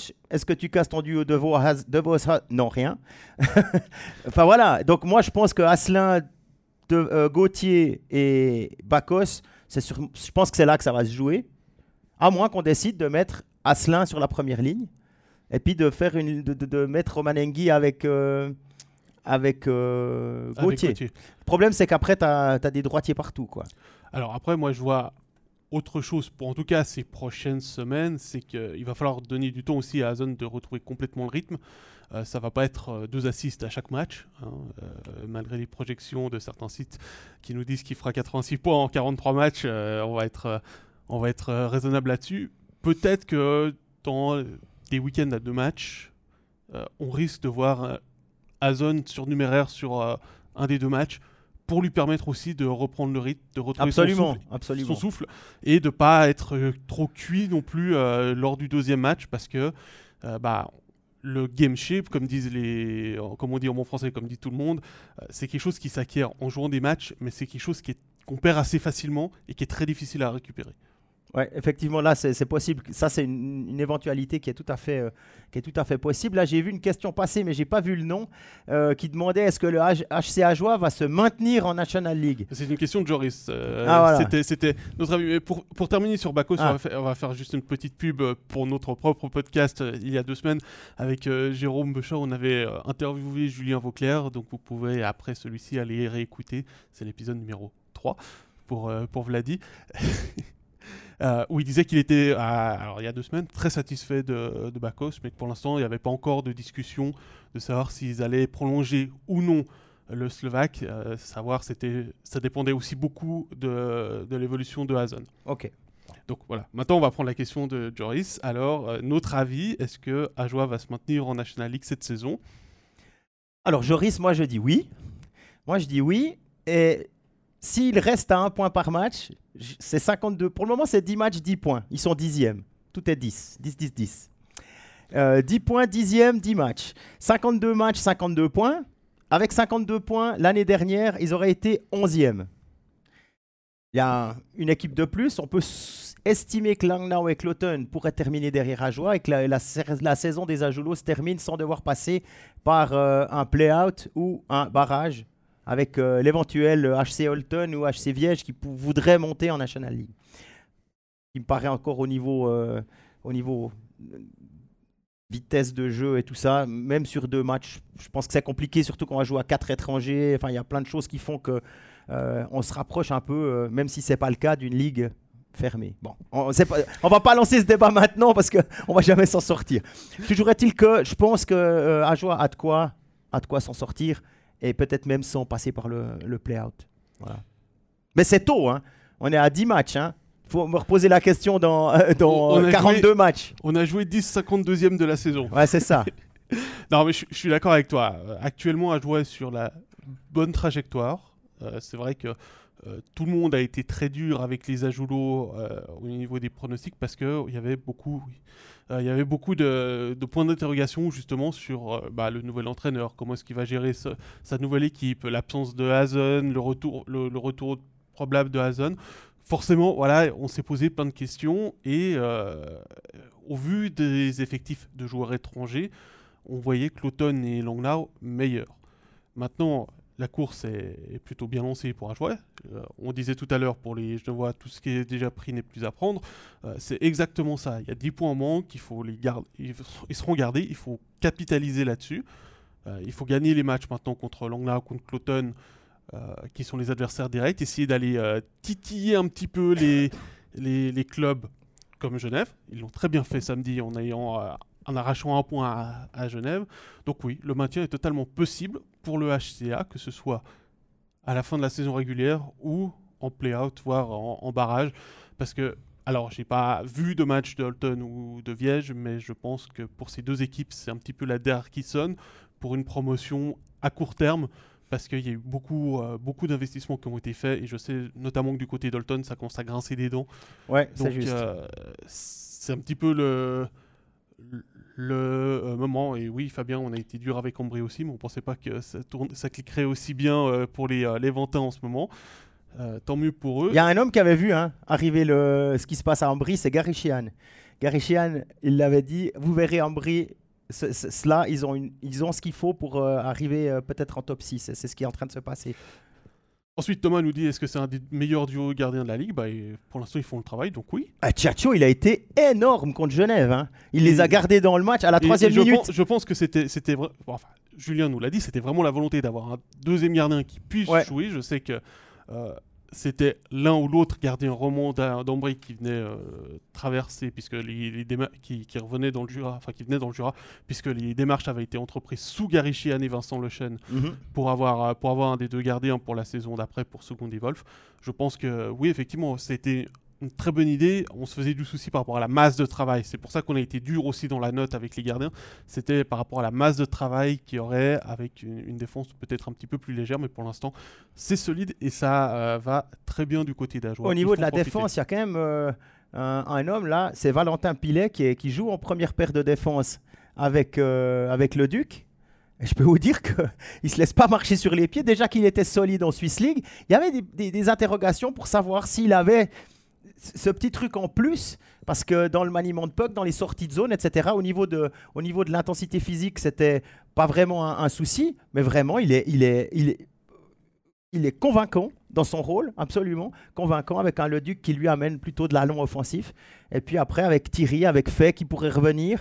Est-ce que tu casses ton duo De Vos Non, rien. Enfin voilà, donc moi je pense que Asselin, Gauthier et Bakoš, je pense que c'est là que ça va se jouer. À moins qu'on décide de mettre Asselin sur la première ligne et puis de mettre Roman Engi avec Gauthier. Le problème, c'est qu'après, tu as des droitiers partout, quoi. Alors après, moi, je vois autre chose pour en tout cas ces prochaines semaines, c'est qu'il va falloir donner du temps aussi à Hazen de retrouver complètement le rythme. Ça va pas être 2 assists à chaque match, malgré les projections de certains sites qui nous disent qu'il fera 86 points en 43 matchs. On va être raisonnable là-dessus. Peut-être que dans des week-ends à 2 matchs, on risque de voir Hazen surnuméraire sur un des 2 matchs, pour lui permettre aussi de reprendre le rythme, de retrouver son souffle et de ne pas être trop cuit non plus lors du 2e match, parce que le game shape, comme on dit en bon français, comme dit tout le monde, c'est quelque chose qui s'acquiert en jouant des matchs, mais c'est quelque chose qu'on perd assez facilement et qui est très difficile à récupérer. Ouais, effectivement, là, c'est possible. Ça, c'est une éventualité qui est tout à fait possible. Là, j'ai vu une question passer, mais j'ai pas vu le nom, qui demandait est-ce que le HC Ajoie va se maintenir en National League. C'est une question de Joris. Voilà. C'était notre avis. Mais pour terminer sur Bakos, on va faire juste une petite pub pour notre propre podcast il y a 2 semaines avec Jérôme Bechard. On avait interviewé Julien Vauclair, donc vous pouvez après celui-ci aller réécouter. C'est l'épisode numéro 3 pour Vladi. Où il disait qu'il était, alors il y a 2 semaines, très satisfait de Bakos, mais que pour l'instant, il n'y avait pas encore de discussion de savoir s'ils allaient prolonger ou non le Slovaque. Ça dépendait aussi beaucoup de l'évolution de Hazen. Ok. Donc voilà, maintenant on va prendre la question de Joris. Alors, notre avis, est-ce que Ajoie va se maintenir en National League cette saison ? Alors Joris, moi je dis oui. Et s'il reste à 1 point par match, c'est 52. Pour le moment, c'est 10 matchs, 10 points. Ils sont 10e. Tout est 10. 10, 10, 10. 10 points, 10e, 10 matchs. 52 matchs, 52 points. Avec 52 points, l'année dernière, ils auraient été 11e. Il y a une équipe de plus. On peut estimer que Langnau et Cloton pourraient terminer derrière Ajoie et que la saison des Ajoulots se termine sans devoir passer par un play-out ou un barrage avec l'éventuel HC Holton ou HC Viège qui voudrait monter en National League. Il me paraît encore au niveau vitesse de jeu et tout ça, même sur 2 matchs, je pense que c'est compliqué, surtout quand on va jouer à 4 étrangers. Enfin, il y a plein de choses qui font que on se rapproche un peu, même si ce n'est pas le cas d'une ligue fermée. Bon, on va pas lancer ce débat maintenant parce qu'on va jamais s'en sortir. Toujours est-il que je pense que Ajoie a de quoi s'en sortir. Et peut-être même sans passer par le play-out. Voilà. Mais c'est tôt, hein. On est à 10 matchs. Il faut me reposer la question dans 42 matchs. On a joué 52e de la saison. Ouais, c'est ça. Non, mais je suis d'accord avec toi. Actuellement, Ajoie est sur la bonne trajectoire. C'est vrai que tout le monde a été très dur avec les Ajoulots au niveau des pronostics parce qu'il y avait beaucoup... Il y avait beaucoup de points d'interrogation justement sur le nouvel entraîneur, comment est-ce qu'il va gérer sa nouvelle équipe, l'absence de Hazen, le retour probable de Hazen. Forcément, voilà, on s'est posé plein de questions et au vu des effectifs de joueurs étrangers, on voyait Cloton et Langnau meilleurs. Maintenant, la course est plutôt bien lancée pour Ajoie. On disait tout à l'heure pour les Genevois, tout ce qui est déjà pris n'est plus à prendre. C'est exactement ça. Il y a 10 points en manque, il faut les garder. Ils seront gardés, il faut capitaliser là-dessus. Il faut gagner les matchs maintenant contre Langnau, contre Cloton, qui sont les adversaires directs. Essayer d'aller titiller un petit peu les clubs comme Genève. Ils l'ont très bien fait samedi en arrachant 1 point à Genève. Donc oui, le maintien est totalement possible pour le HCA, que ce soit à la fin de la saison régulière ou en play-out, voire en barrage. Parce que, alors, j'ai pas vu de match de Holton ou de Viège, mais je pense que pour ces 2 équipes, c'est un petit peu la der qui sonne pour une promotion à court terme, parce qu'il y a eu beaucoup d'investissements qui ont été faits, et je sais notamment que du côté d'Holton, ça commence à grincer des dents. Ouais, donc, c'est juste. C'est un petit peu le moment. Et oui, Fabien, on a été dur avec Ambry aussi, mais on pensait pas que ça cliquerait aussi bien pour les Ventins en ce moment. Tant mieux pour eux. Il y a un homme qui avait vu arriver ce qui se passe à Ambry, c'est Gary Sheehan. Gary Sheehan, il l'avait dit, vous verrez Ambry, cela, ils ont ce qu'il faut pour arriver peut-être en top 6. C'est ce qui est en train de se passer. Ensuite, Thomas nous dit, est-ce que c'est un des meilleurs duos gardiens de la Ligue ? Pour l'instant, ils font le travail, donc oui. Tchatcho, il a été énorme contre Genève. Il les a gardés dans le match à la 3e minute. Je pense que c'était vrai. Enfin, Julien nous l'a dit, c'était vraiment la volonté d'avoir un 2e gardien qui puisse jouer. Je sais que c'était l'un ou l'autre gardien roman d'Ambry qui venait traverser, puisque qui revenait dans le Jura, enfin qui venait dans le Jura, puisque les démarches avaient été entreprises sous Gary Sheehan et Vincent Lechen pour avoir un des 2 gardiens pour la saison d'après pour Second Wolf. Je pense que oui, effectivement, c'était une très bonne idée. On se faisait du souci par rapport à la masse de travail. C'est pour ça qu'on a été dur aussi dans la note avec les gardiens. C'était par rapport à la masse de travail qu'il y aurait avec une défense peut-être un petit peu plus légère, mais pour l'instant, c'est solide et ça va très bien du côté d'Ajoie. Au niveau de la défense, il y a quand même un homme là, c'est Valentin Pilet qui joue en première paire de défense avec le Duc. Et je peux vous dire qu'il ne se laisse pas marcher sur les pieds. Déjà qu'il était solide en Swiss League, il y avait des interrogations pour savoir s'il avait ce petit truc en plus, parce que dans le maniement de puck, dans les sorties de zone, etc., au niveau de l'intensité physique, c'était pas vraiment un souci, mais vraiment, il est convaincant dans son rôle, absolument convaincant, avec un Leduc qui lui amène plutôt de l'allon offensif. Et puis après, avec Thierry, avec Fay qui pourrait revenir.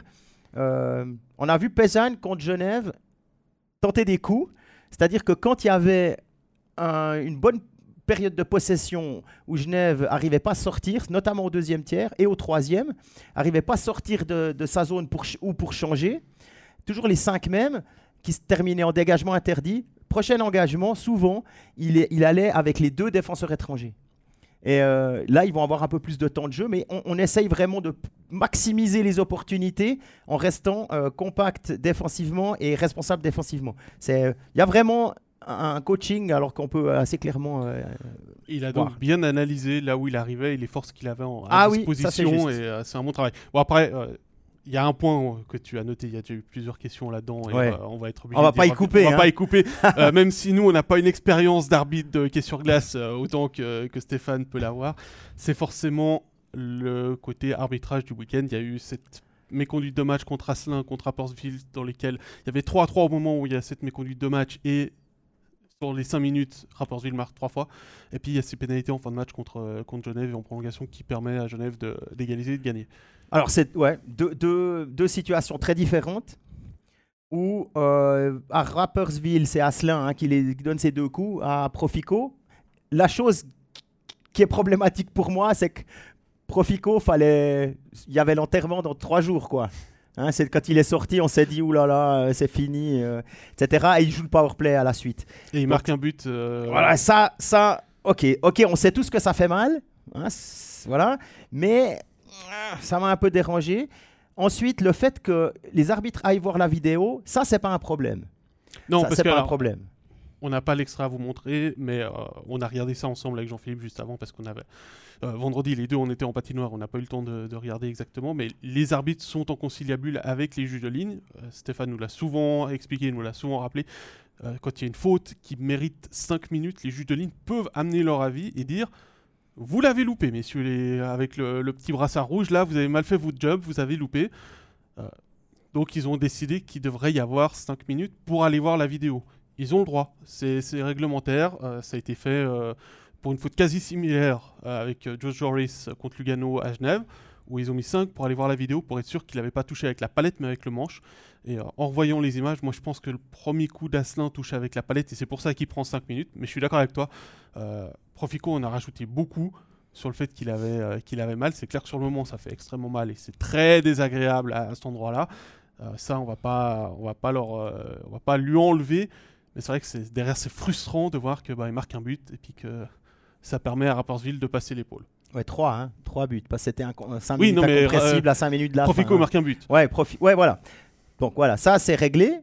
On a vu Pézane contre Genève tenter des coups. C'est-à-dire que quand il y avait une bonne période de possession où Genève n'arrivait pas à sortir, notamment au deuxième tiers et au troisième, n'arrivait pas à sortir de sa zone pour changer, toujours les 5 mêmes qui se terminaient en dégagement interdit. Prochain engagement, souvent, il allait avec les 2 défenseurs étrangers. Et là, ils vont avoir un peu plus de temps de jeu, mais on essaye vraiment de maximiser les opportunités en restant compact défensivement et responsable défensivement. Il y a vraiment un coaching, alors qu'on peut assez clairement il a voir. donc bien analysé là où il arrivait et les forces qu'il avait à disposition. Oui, et c'est un bon travail. Bon, après, il y a un point que tu as noté, il y a déjà eu plusieurs questions là-dedans, et on va être obligé on va pas y couper. On va pas y couper, même si nous, on n'a pas une expérience d'arbitre de hockey sur glace autant que Stéphane peut l'avoir. C'est forcément le côté arbitrage du week-end. Il y a eu cette méconduite de match contre Asselin, contre Rapperswil, dans lesquels il y avait 3-3 au moment où il y a cette méconduite de match, et sur les 5 minutes, Rapperswil marque 3 fois. Et puis il y a ces pénalités en fin de match contre Genève et en prolongation qui permet à Genève d'égaliser et de gagner. Alors, c'est deux situations très différentes où à Rapperswil, c'est Asselin qui donne ces 2 coups à Profico. La chose qui est problématique pour moi, c'est que Profico, il y avait l'enterrement dans 3 jours, quoi. C'est quand il est sorti, on s'est dit oulala, c'est fini, etc. Et il joue le powerplay à la suite. Et il marque un but. Voilà, ça, ok, on sait tous que ça fait mal, voilà, mais ça m'a un peu dérangé. Ensuite, le fait que les arbitres aillent voir la vidéo, ça, c'est pas un problème. Non, ça, parce c'est que pas un problème. On n'a pas l'extrait à vous montrer, mais on a regardé ça ensemble avec Jean-Philippe juste avant, parce qu'on avait vendredi, les deux, on était en patinoire, on n'a pas eu le temps de regarder exactement, mais les arbitres sont en conciliabule avec les juges de ligne. Stéphane nous l'a souvent expliqué, nous l'a souvent rappelé. Quand il y a une faute qui mérite 5 minutes, les juges de ligne peuvent amener leur avis et dire « Vous l'avez loupé, messieurs, avec le petit brassard rouge, là, vous avez mal fait votre job, vous avez loupé. » Donc ils ont décidé qu'il devrait y avoir 5 minutes pour aller voir la vidéo. Ils ont le droit, c'est réglementaire, ça a été fait pour une faute quasi similaire avec Josh Joris contre Lugano à Genève, où ils ont mis 5 pour aller voir la vidéo pour être sûr qu'il n'avait pas touché avec la palette mais avec le manche. Et en revoyant les images, moi je pense que le premier coup d'Asselin touche avec la palette et c'est pour ça qu'il prend 5 minutes, mais je suis d'accord avec toi. Profico, on a rajouté beaucoup sur le fait qu'il avait mal. C'est clair que sur le moment ça fait extrêmement mal et c'est très désagréable à cet endroit-là. Ça on va pas lui enlever. Mais c'est vrai que derrière, c'est frustrant de voir qu'il marque un but et puis que ça permet à Rapperswil de passer l'épaule. Ouais, 3 buts. Parce que c'était 5 minutes incompressible à 5 minutes de la fin. Profico marque un but. Ouais, voilà. Donc voilà, ça c'est réglé.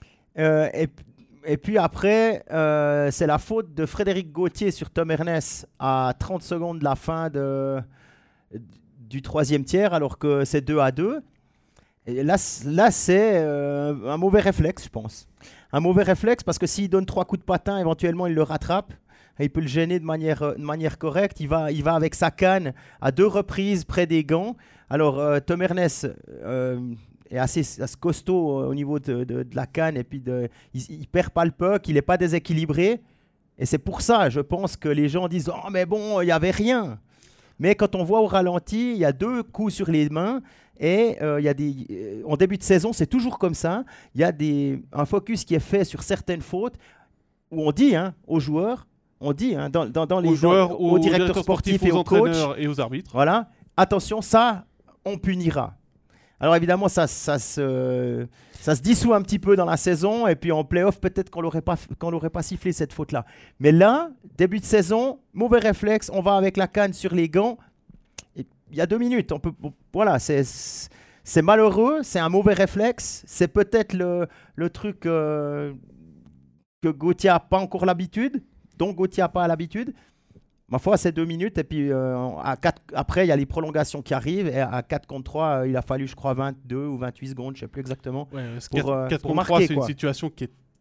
Et puis après, c'est la faute de Frédéric Gauthier sur Tom Ernest à 30 secondes de la fin du 3e tiers, alors que c'est 2-2. Et là c'est un mauvais réflexe, je pense. Un mauvais réflexe parce que s'il donne 3 coups de patin, éventuellement il le rattrape. Et il peut le gêner de manière correcte. Il va avec sa canne à 2 reprises près des gants. Alors Tom Ernest est assez costaud au niveau de la canne. Et puis il perd pas le puck, il n'est pas déséquilibré. Et c'est pour ça, je pense, que les gens disent « Oh mais bon, il n'y avait rien ». Mais quand on voit au ralenti, il y a 2 coups sur les mains. Et en début de saison, c'est toujours comme ça. Il y a un focus qui est fait sur certaines fautes où on dit aux joueurs, aux directeurs sportifs et aux coachs et aux arbitres. Voilà, attention, ça, on punira. Alors évidemment, ça se dissout un petit peu dans la saison et puis en play-off, peut-être qu'on l'aurait pas sifflé cette faute-là. Mais là, début de saison, mauvais réflexe, on va avec la canne sur les gants. Il y a 2 minutes, voilà, c'est malheureux, c'est un mauvais réflexe, c'est peut-être le truc que Gauthier n'a pas encore l'habitude, dont Gauthier n'a pas l'habitude. Ma foi, c'est 2 minutes, et puis après, il y a les prolongations qui arrivent, et à 4 contre 3, il a fallu, je crois, 22 ou 28 secondes, je ne sais plus exactement, pour 4 contre 3, c'est une situation qui est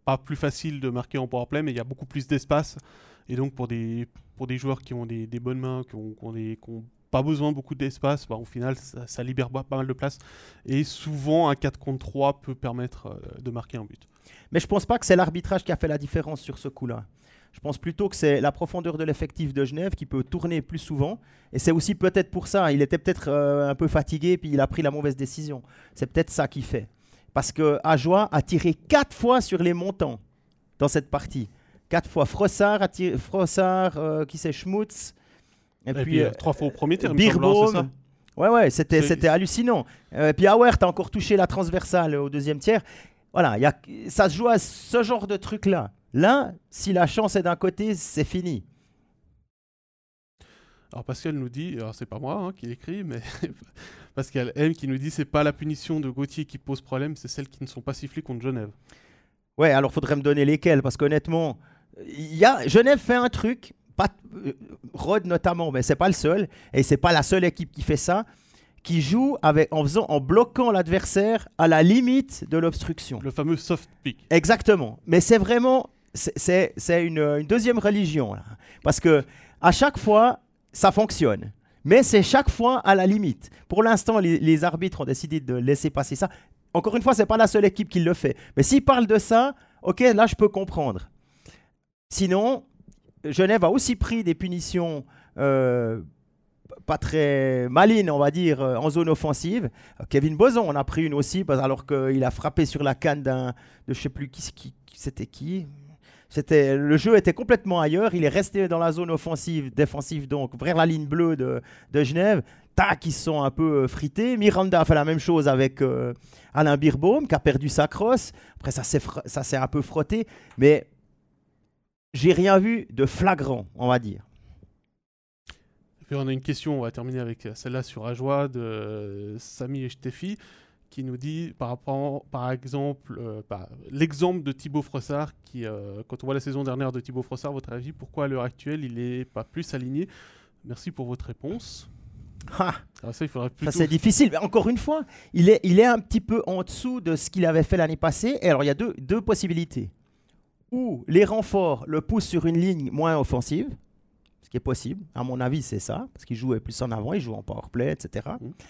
pas plus facile de marquer en powerplay, mais il y a beaucoup plus d'espace. Et donc pour des joueurs qui ont des bonnes mains, qui ont pas besoin de beaucoup d'espace, au final ça libère pas mal de place. Et souvent un 4 contre 3 peut permettre de marquer un but. Mais je pense pas que c'est l'arbitrage qui a fait la différence sur ce coup-là. Je pense plutôt que c'est la profondeur de l'effectif de Genève qui peut tourner plus souvent. Et c'est aussi peut-être pour ça. Il était peut-être un peu fatigué puis il a pris la mauvaise décision. C'est peut-être ça qui fait. Parce que Ajoie a tiré 4 fois sur les montants dans cette partie. 4 fois. Frossard, qui c'est Schmutz. Et puis 3 fois au premier tir. Birbaum. Ouais, c'était hallucinant. Puis Auer a encore touché la transversale au deuxième tiers. Voilà, ça se joue à ce genre de truc-là. Là, si la chance est d'un côté, c'est fini. Alors Pascal nous dit, alors c'est pas moi qui l'écris, mais Pascal M qui nous dit c'est pas la punition de Gauthier qui pose problème, c'est celles qui ne sont pas sifflées contre Genève. Ouais, alors faudrait me donner lesquelles, parce qu'honnêtement, Genève fait un truc, Rhodes notamment, mais c'est pas le seul, et c'est pas la seule équipe qui fait ça, qui joue en bloquant l'adversaire à la limite de l'obstruction. Le fameux soft pick. Exactement, mais c'est vraiment, c'est une deuxième religion, là. Parce que à chaque fois, ça fonctionne. Mais c'est chaque fois à la limite. Pour l'instant, les arbitres ont décidé de laisser passer ça. Encore une fois, ce n'est pas la seule équipe qui le fait. Mais s'ils parlent de ça, ok, là, je peux comprendre. Sinon, Genève a aussi pris des punitions pas très malines, on va dire, en zone offensive. Kevin Boson en a pris une aussi, alors qu'il a frappé sur la canne de je ne sais plus c'était qui. Le jeu était complètement ailleurs. Il est resté dans la zone défensive, donc vers la ligne bleue de Genève. Tac, ils se sont un peu frités. Miranda a fait la même chose avec Alain Birbaum, qui a perdu sa crosse. Après, ça s'est un peu frotté. Mais j'ai rien vu de flagrant, on va dire. Et puis on a une question, on va terminer avec celle-là sur Ajoie de Samy et Steffi, qui nous dit, par exemple, l'exemple de Thibaut Frossard, qui, quand on voit la saison dernière de Thibaut Frossard, votre avis, pourquoi à l'heure actuelle, il n'est pas plus aligné? Merci pour votre réponse. Alors ça, il faudrait plutôt... Ça, c'est difficile. Mais encore une fois, il est un petit peu en dessous de ce qu'il avait fait l'année passée. Et alors, il y a deux possibilités. Ou les renforts le poussent sur une ligne moins offensive, ce qui est possible. À mon avis, c'est ça, parce qu'il jouait plus en avant, il joue en powerplay, etc.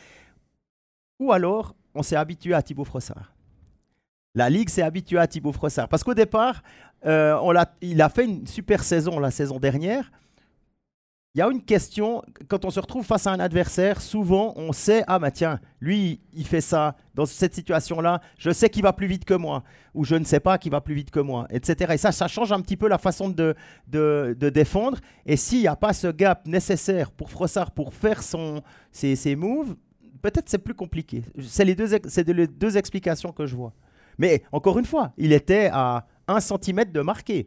Ou alors, on s'est habitué à Thibaut Frossard. La Ligue s'est habituée à Thibaut Frossard. Parce qu'au départ, il a fait une super saison la saison dernière. Il y a une question, quand on se retrouve face à un adversaire, souvent on sait, tiens, lui il fait ça, dans cette situation-là, je sais qu'il va plus vite que moi, ou je ne sais pas qu'il va plus vite que moi, etc. Et ça change un petit peu la façon de défendre. Et s'il n'y a pas ce gap nécessaire pour Frossard pour faire ses moves, peut-être c'est plus compliqué. C'est les deux explications que je vois. Mais encore une fois, il était à 1 cm de marquer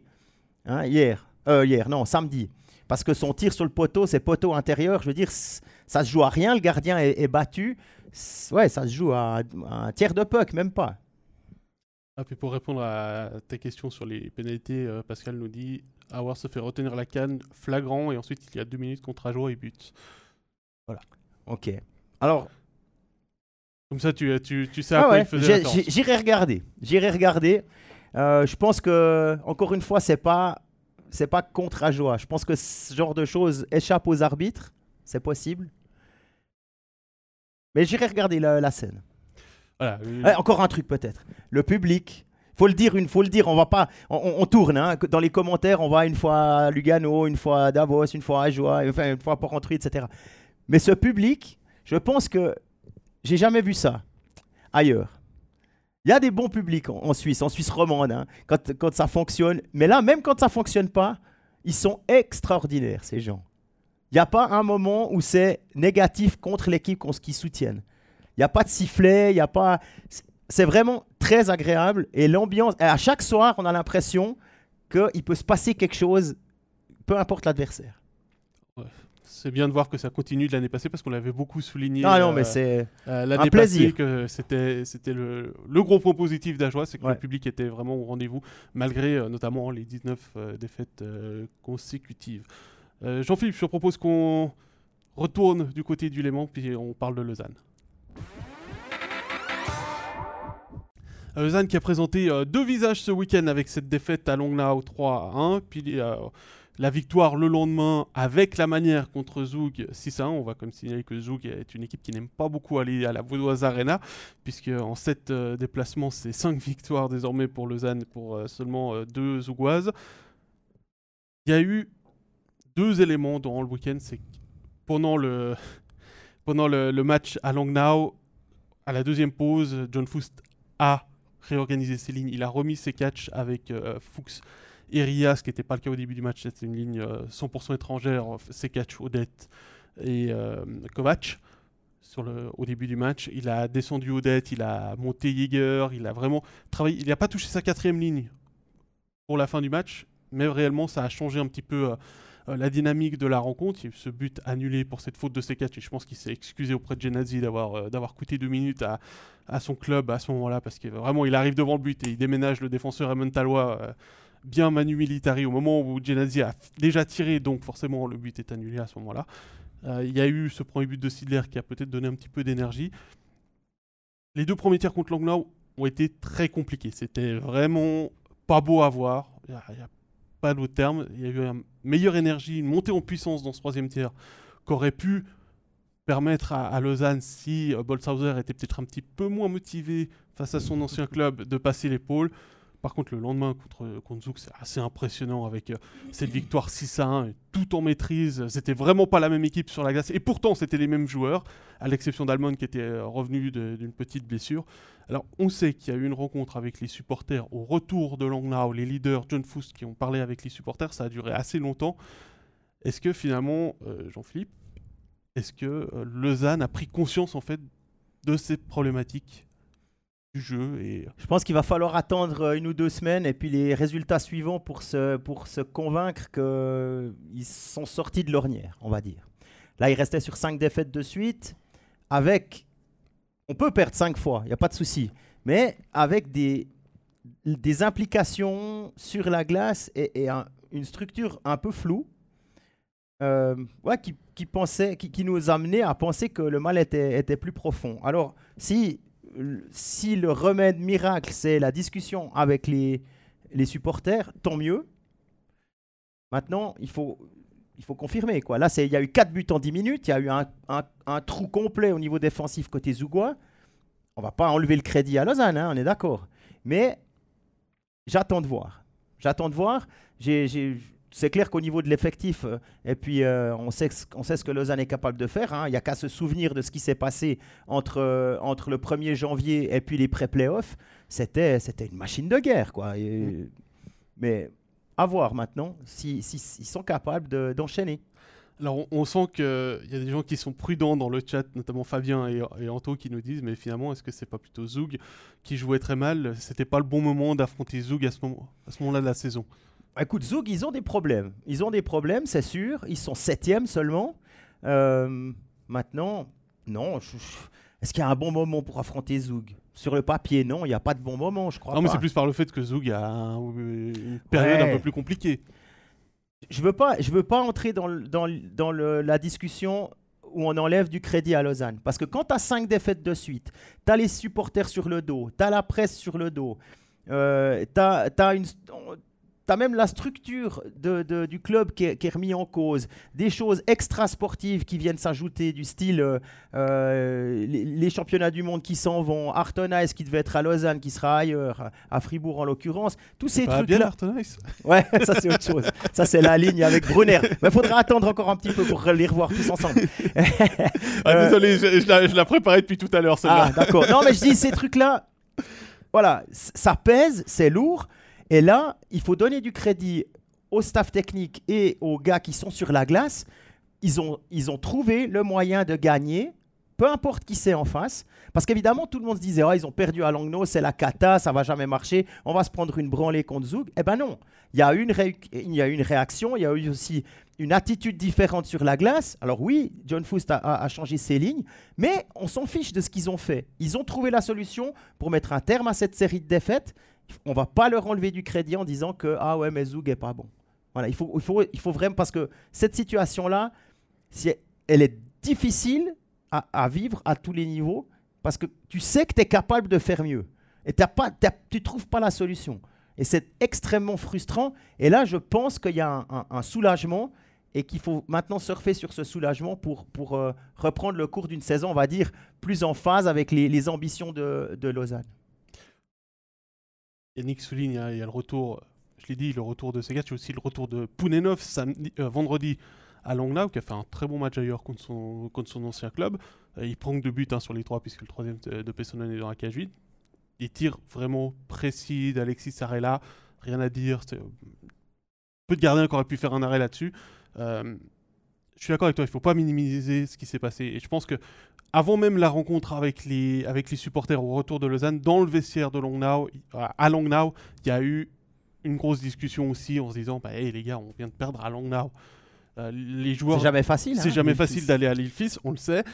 samedi. Parce que son tir sur le poteau, c'est poteau intérieur. Je veux dire, ça se joue à rien. Le gardien est battu. Ouais, ça se joue à un tiers de puck, même pas. Puis pour répondre à ta question sur les pénalités, Pascal nous dit Auer se fait retenir la canne flagrant et ensuite il y a 2 minutes contre Ajoie et but. Voilà. Ok. Alors. Comme ça, tu sais à quoi il faisait référence. J'irai regarder. Je pense que, encore une fois, c'est pas contre Ajoie. Je pense que ce genre de choses échappe aux arbitres. C'est possible. Mais j'irai regarder la scène. Voilà. Encore un truc peut-être. Le public, faut le dire, on va pas, on tourne. Dans les commentaires, on va une fois à Lugano, une fois à Davos, une fois à Ajoie, une fois à Port-Rentruy, etc. Mais ce public, je pense que j'ai jamais vu ça ailleurs. Il y a des bons publics en Suisse romande, quand ça fonctionne. Mais là, même quand ça ne fonctionne pas, ils sont extraordinaires, ces gens. Il n'y a pas un moment où c'est négatif contre l'équipe qu'ils soutiennent. Il n'y a pas de sifflet, c'est vraiment très agréable. Et l'ambiance, à chaque soir, on a l'impression qu'il peut se passer quelque chose, peu importe l'adversaire. Ouais. C'est bien de voir que ça continue de l'année passée parce qu'on l'avait beaucoup souligné mais c'est l'année passée que c'était le gros point positif d'Ajoie, c'est que le public était vraiment au rendez-vous malgré notamment les 19 défaites consécutives. Jean-Philippe, je te propose qu'on retourne du côté du Léman puis on parle de Lausanne. Lausanne qui a présenté deux visages ce week-end avec cette défaite à Langnau 3-1, puis la victoire le lendemain avec la manière contre Zug 6-1. On va comme signaler que Zug est une équipe qui n'aime pas beaucoup aller à la Vaudoise Arena, puisque en 7 déplacements, c'est 5 victoires désormais pour Lausanne, pour seulement 2 Zougoises. Il y a eu 2 éléments durant le week-end. C'est que pendant le match à Langnau, à la deuxième pause, John Foust a réorganisé ses lignes. Il a remis ses catchs avec Fuchs et Ria, ce qui n'était pas le cas au début du match. C'était une ligne 100% étrangère, ses catchs Odette et Kovac. Au début du match, il a descendu Odette, il a monté Jäger, il a vraiment travaillé. Il n'a pas touché sa 4e ligne pour la fin du match, mais réellement ça a changé un petit peu la dynamique de la rencontre. Il y a eu ce but annulé pour cette faute de Sekac, et je pense qu'il s'est excusé auprès de Genazi d'avoir coûté 2 minutes à son club à ce moment-là, parce que vraiment il arrive devant le but et il déménage le défenseur Emmentalois bien Manu Militari au moment où Genazi a déjà tiré, donc forcément le but est annulé à ce moment-là. Il y a eu ce premier but de Sidler qui a peut-être donné un petit peu d'énergie. Les 2 premiers tirs contre Langnau ont été très compliqués. C'était vraiment pas beau à voir. Il y a pas d'autre terme. Il y a eu une meilleure énergie, une montée en puissance dans ce 3e tiers qu'aurait pu permettre à Lausanne, si Bolshauser était peut-être un petit peu moins motivé face à son ancien club, de passer l'épaule. Par contre, le lendemain contre Zug, c'est assez impressionnant avec cette victoire 6-1, tout en maîtrise. C'était vraiment pas la même équipe sur la glace. Et pourtant, c'était les mêmes joueurs, à l'exception d'Almond qui était revenu d'une petite blessure. Alors, on sait qu'il y a eu une rencontre avec les supporters au retour de Langnau, les leaders, John Foust, qui ont parlé avec les supporters. Ça a duré assez longtemps. Est-ce que finalement, Jean-Philippe, Lausanne a pris conscience en fait de ces problématiques du jeu Je pense qu'il va falloir attendre 1 ou 2 semaines et puis les résultats suivants pour se convaincre qu'ils sont sortis de l'ornière, on va dire. Là, il restait sur 5 défaites de suite. On peut perdre 5 fois, il n'y a pas de souci. Mais avec des implications sur la glace et une structure un peu floue, qui nous amenait à penser que le mal était plus profond. Alors, si le remède miracle, c'est la discussion avec les supporters, tant mieux. Maintenant, il faut confirmer, quoi. Là, il y a eu 4 buts en 10 minutes. Il y a eu un trou complet au niveau défensif côté Zougois. On ne va pas enlever le crédit à Lausanne, hein, on est d'accord. Mais j'attends de voir. C'est clair qu'au niveau de l'effectif, et puis on sait ce que Lausanne est capable de faire. Hein. Il n'y a qu'à se souvenir de ce qui s'est passé entre le 1er janvier et puis les pré-playoffs. C'était une machine de guerre, quoi. Mais à voir maintenant s'ils sont capables d'enchaîner. Alors on sent qu'il y a des gens qui sont prudents dans le chat, notamment Fabien et Anto, qui nous disent mais finalement est-ce que c'est pas plutôt Zug qui jouait très mal? C'était pas le bon moment d'affronter Zug à ce moment-là de la saison. Écoute, Zug, ils ont des problèmes. C'est sûr. Ils sont 7e seulement. Maintenant, non. Est-ce qu'il y a un bon moment pour affronter Zug? Sur le papier, non. Il n'y a pas de bon moment, je crois. Non, mais c'est plus par le fait que Zug a une période un peu plus compliquée. Je veux pas entrer dans la discussion où on enlève du crédit à Lausanne. Parce que quand tu as 5 défaites de suite, tu as les supporters sur le dos, tu as la presse sur le dos, tu as même la structure du club qui est remise en cause. Des choses extra-sportives qui viennent s'ajouter, du style les championnats du monde qui s'en vont, Arton Ice qui devait être à Lausanne, qui sera ailleurs, à Fribourg en l'occurrence. Tous ces trucs-là. Bien Arton Ice. Ouais, ça c'est autre chose. Ça c'est la ligne avec Brunner. Mais il faudra attendre encore un petit peu pour les revoir tous ensemble. Désolé, je la préparais depuis tout à l'heure, celle-là. Ah, d'accord. Non, mais je dis ces trucs-là, voilà, ça pèse, c'est lourd. Et là, il faut donner du crédit au staff technique et aux gars qui sont sur la glace. Ils ont trouvé le moyen de gagner, peu importe qui c'est en face. Parce qu'évidemment, tout le monde se disait ils ont perdu à Langnau, c'est la cata, ça ne va jamais marcher, on va se prendre une branlée contre Zug. Eh bien non, il y a eu une réaction, il y a eu aussi une attitude différente sur la glace. Alors oui, John Foust a changé ses lignes, mais on s'en fiche de ce qu'ils ont fait. Ils ont trouvé la solution pour mettre un terme à cette série de défaites. On ne va pas leur enlever du crédit en disant que ah ouais, mais Zug n'est pas bon. Voilà, il faut vraiment, parce que cette situation-là, elle est difficile à vivre à tous les niveaux, parce que tu sais que tu es capable de faire mieux. Et tu trouves pas la solution. Et c'est extrêmement frustrant. Et là, je pense qu'il y a un soulagement et qu'il faut maintenant surfer sur ce soulagement pour reprendre le cours d'une saison, on va dire, plus en phase avec les ambitions de Lausanne. Yannick souligne, il y a le retour, je l'ai dit, le retour de Segac, il y a aussi le retour de Pounenovs vendredi à Langnau, qui a fait un très bon match ailleurs contre son ancien club. Il prend que 2 buts sur les 3, puisque le troisième de Pessonen est dans la cage vide. Des tirs vraiment précis d'Alexis Sarella, rien à dire. Peu de gardiens qui auraient pu faire un arrêt là-dessus. Je suis d'accord avec toi, il ne faut pas minimiser ce qui s'est passé. Et je pense que avant même la rencontre avec les supporters au retour de Lausanne, dans le vestiaire de Langnau, à Langnau, il y a eu une grosse discussion aussi en se disant hey, les gars, on vient de perdre à Langnau. Les joueurs, c'est jamais facile. C'est jamais facile d'aller à Lille-Fils, on le sait.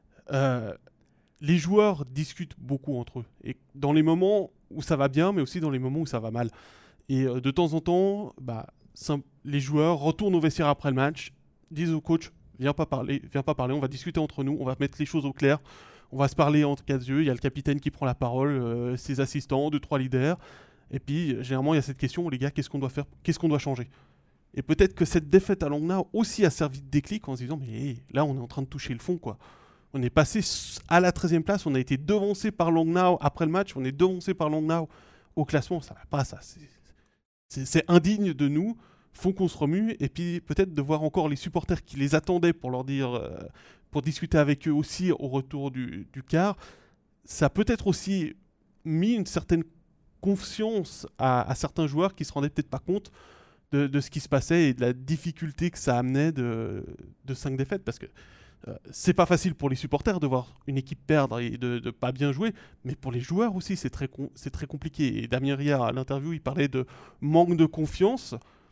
Les joueurs discutent beaucoup entre eux. Et dans les moments où ça va bien, mais aussi dans les moments où ça va mal. Et de temps en temps, les joueurs retournent au vestiaire après le match, disent au coach, viens pas parler, on va discuter entre nous, on va mettre les choses au clair, on va se parler entre quatre yeux. Il y a le capitaine qui prend la parole, ses assistants, 2-3 leaders. Et puis, généralement, il y a cette question, les gars, qu'est-ce qu'on doit faire, qu'est-ce qu'on doit changer? Et peut-être que cette défaite à Langnau aussi a servi de déclic en se disant, mais là, on est en train de toucher le fond, quoi. On est passé à la 13e place, on a été devancé par Langnau après le match, on est devancé par Langnau au classement, ça va pas, ça. C'est indigne de nous, faut qu'on se remue, et puis peut-être de voir encore les supporters qui les attendaient pour leur dire, pour discuter avec eux aussi au retour du quart, ça a peut-être aussi mis une certaine confiance à certains joueurs qui se rendaient peut-être pas compte de ce qui se passait et de la difficulté que ça amenait de 5 défaites, parce que c'est pas facile pour les supporters de voir une équipe perdre et de pas bien jouer, mais pour les joueurs aussi c'est très compliqué. Et Damien Rière à l'interview il parlait de manque de confiance.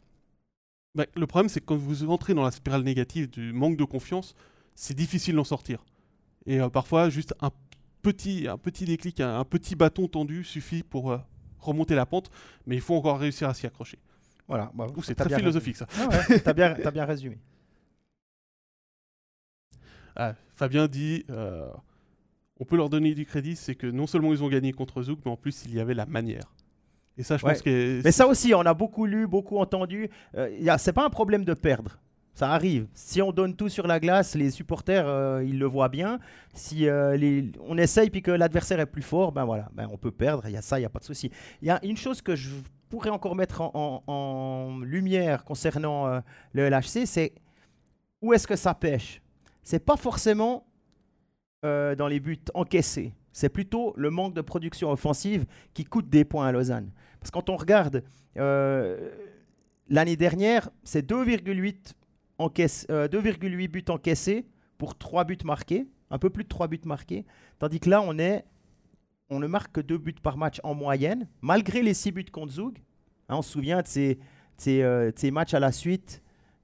Le problème c'est que quand vous entrez dans la spirale négative du manque de confiance, c'est difficile d'en sortir. Et parfois juste un petit déclic, un petit bâton tendu suffit pour remonter la pente, mais il faut encore réussir à s'y accrocher. Voilà, c'est très philosophique ça. Ah ouais, t'as bien résumé. Fabien dit on peut leur donner du crédit, c'est que non seulement ils ont gagné contre Zouk, mais en plus il y avait la manière. Et ça, je pense que. Mais ça aussi, on a beaucoup lu, beaucoup entendu. C'est pas un problème de perdre. Ça arrive. Si on donne tout sur la glace, les supporters, ils le voient bien. Si on essaye puis que l'adversaire est plus fort, on peut perdre. Il y a ça, il n'y a pas de souci. Il y a une chose que je pourrais encore mettre en lumière concernant le LHC, c'est où est-ce que ça pêche. C'est pas forcément dans les buts encaissés. C'est plutôt le manque de production offensive qui coûte des points à Lausanne. Parce que quand on regarde l'année dernière, c'est 2,8 buts encaissés pour 3 buts marqués, un peu plus de 3 buts marqués. Tandis que là, on ne marque que 2 buts par match en moyenne, malgré les 6 buts contre Zoug. On se souvient de ces matchs à la suite.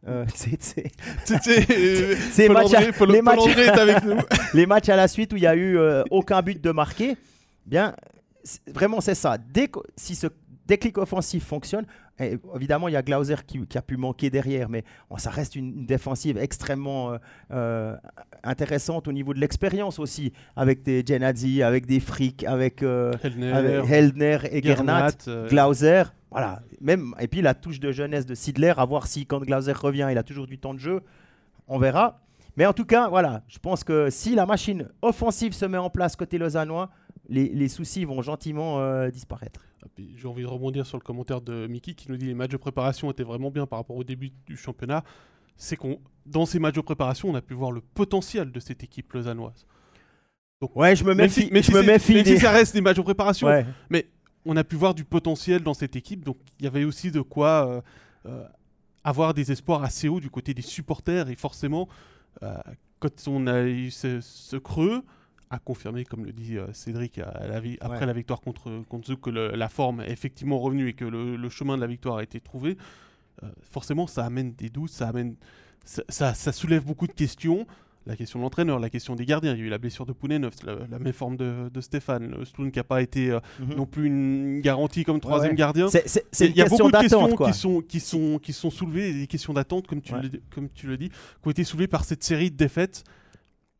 Les matchs à la suite où il n'y a eu aucun but de marqué, vraiment c'est ça. Si ce déclic offensif fonctionne, évidemment il y a Glauser qui a pu manquer derrière, mais ça reste une défensive extrêmement intéressante au niveau de l'expérience aussi, avec des Genadzi, avec des Frick, avec Heldner et Gernat, Glauser. Voilà. Et puis la touche de jeunesse de Sidler, à voir si quand Glauser revient, il a toujours du temps de jeu. On verra. Mais en tout cas, voilà, je pense que si la machine offensive se met en place côté lausannois, les soucis vont gentiment disparaître. J'ai envie de rebondir sur le commentaire de Mickey qui nous dit que les matchs de préparation étaient vraiment bien par rapport au début du championnat. C'est dans ces matchs de préparation, on a pu voir le potentiel de cette équipe lausannoise. Donc, je me méfie. Même si ça reste des matchs de préparation, mais on a pu voir du potentiel dans cette équipe, donc il y avait aussi de quoi avoir des espoirs assez hauts du côté des supporters, et forcément, quand on a eu ce creux, à confirmer, comme le dit Cédric, après la victoire contre Zouk, que la forme est effectivement revenue et que le chemin de la victoire a été trouvé, forcément ça amène des doutes, ça soulève beaucoup de questions. La question de l'entraîneur, la question des gardiens. Il y a eu la blessure de Pounenovs, la méforme de Stéphane, Sloun qui n'a pas été non plus une garantie comme troisième gardien. Il y a beaucoup de questions qui sont soulevées, des questions d'attente, comme tu le dis, qui ont été soulevées par cette série de défaites.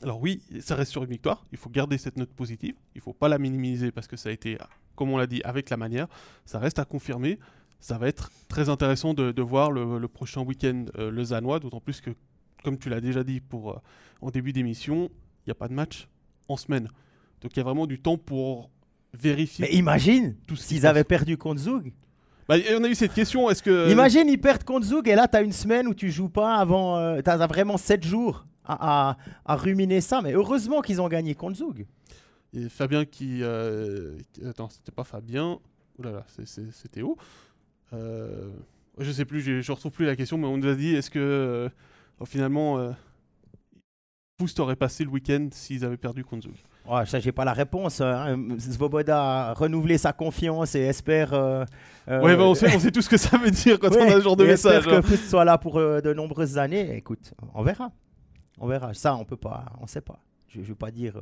Alors oui, ça reste sur une victoire. Il faut garder cette note positive. Il ne faut pas la minimiser parce que ça a été, comme on l'a dit, avec la manière. Ça reste à confirmer. Ça va être très intéressant de voir le prochain week-end lausannois, d'autant plus que, comme tu l'as déjà dit en début d'émission, il n'y a pas de match en semaine. Donc il y a vraiment du temps pour vérifier. Mais imagine tout ce qui s'ils se passe. avaient perdu contre Zug. Bah, on a eu cette question, est-ce que... Imagine, ils perdent contre Zug et là, tu as une semaine où tu joues pas avant. Tu as vraiment 7 jours à ruminer ça. Mais heureusement qu'ils ont gagné contre Zug. Et Fabien qui... Attends, c'était pas Fabien. Ouh là là, c'est Théo. Je sais plus, je retrouve plus la question, mais on nous a dit est-ce que finalement Poust aurait passé le week-end s'ils avaient perdu contre Zug. Ouais, ça, j'ai pas la réponse. Svoboda a renouvelé sa confiance et espère. Ouais, bah on sait tout ce que ça veut dire quand on a ce genre de message. J'espère que Poust soit là pour de nombreuses années. Écoute, on verra. On verra. Ça, on peut pas. On sait pas. Je vais pas dire.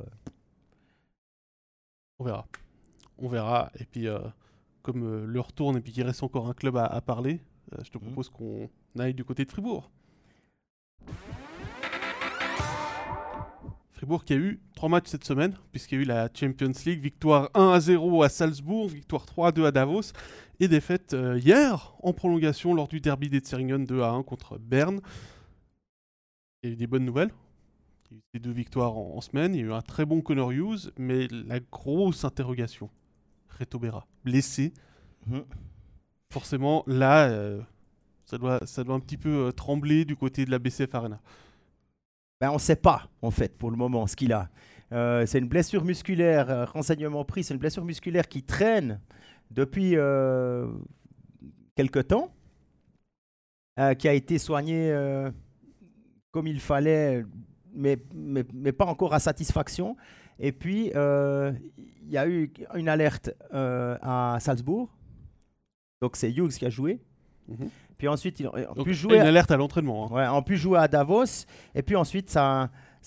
On verra. On verra. Et puis, comme l'heure tourne et puis qu'il reste encore un club à parler, je te propose qu'on aille du côté de Fribourg. Fribourg qui a eu 3 matchs cette semaine, puisqu'il y a eu la Champions League, victoire 1-0 à Salzbourg, victoire 3-2 à Davos, et défaite hier en prolongation lors du derby d'Etzeringen 2-1 contre Berne. Il y a eu des bonnes nouvelles. Il y a eu des 2 victoires en semaine, il y a eu un très bon Connor Hughes, mais la grosse interrogation, Reto Berra, blessé. Forcément, là, ça doit un petit peu trembler du côté de la BCF Arena. Ben, on ne sait pas, en fait, pour le moment, ce qu'il a. C'est une blessure musculaire, renseignement pris, c'est une blessure musculaire qui traîne depuis quelque temps, qui a été soignée comme il fallait, mais pas encore à satisfaction. Et puis, il y a eu une alerte à Salzbourg. Donc, c'est Hughes qui a joué. Puis ensuite, ils ont pu jouer. Une alerte à l'entraînement. Ouais, on a pu jouer à Davos. Et puis ensuite, ça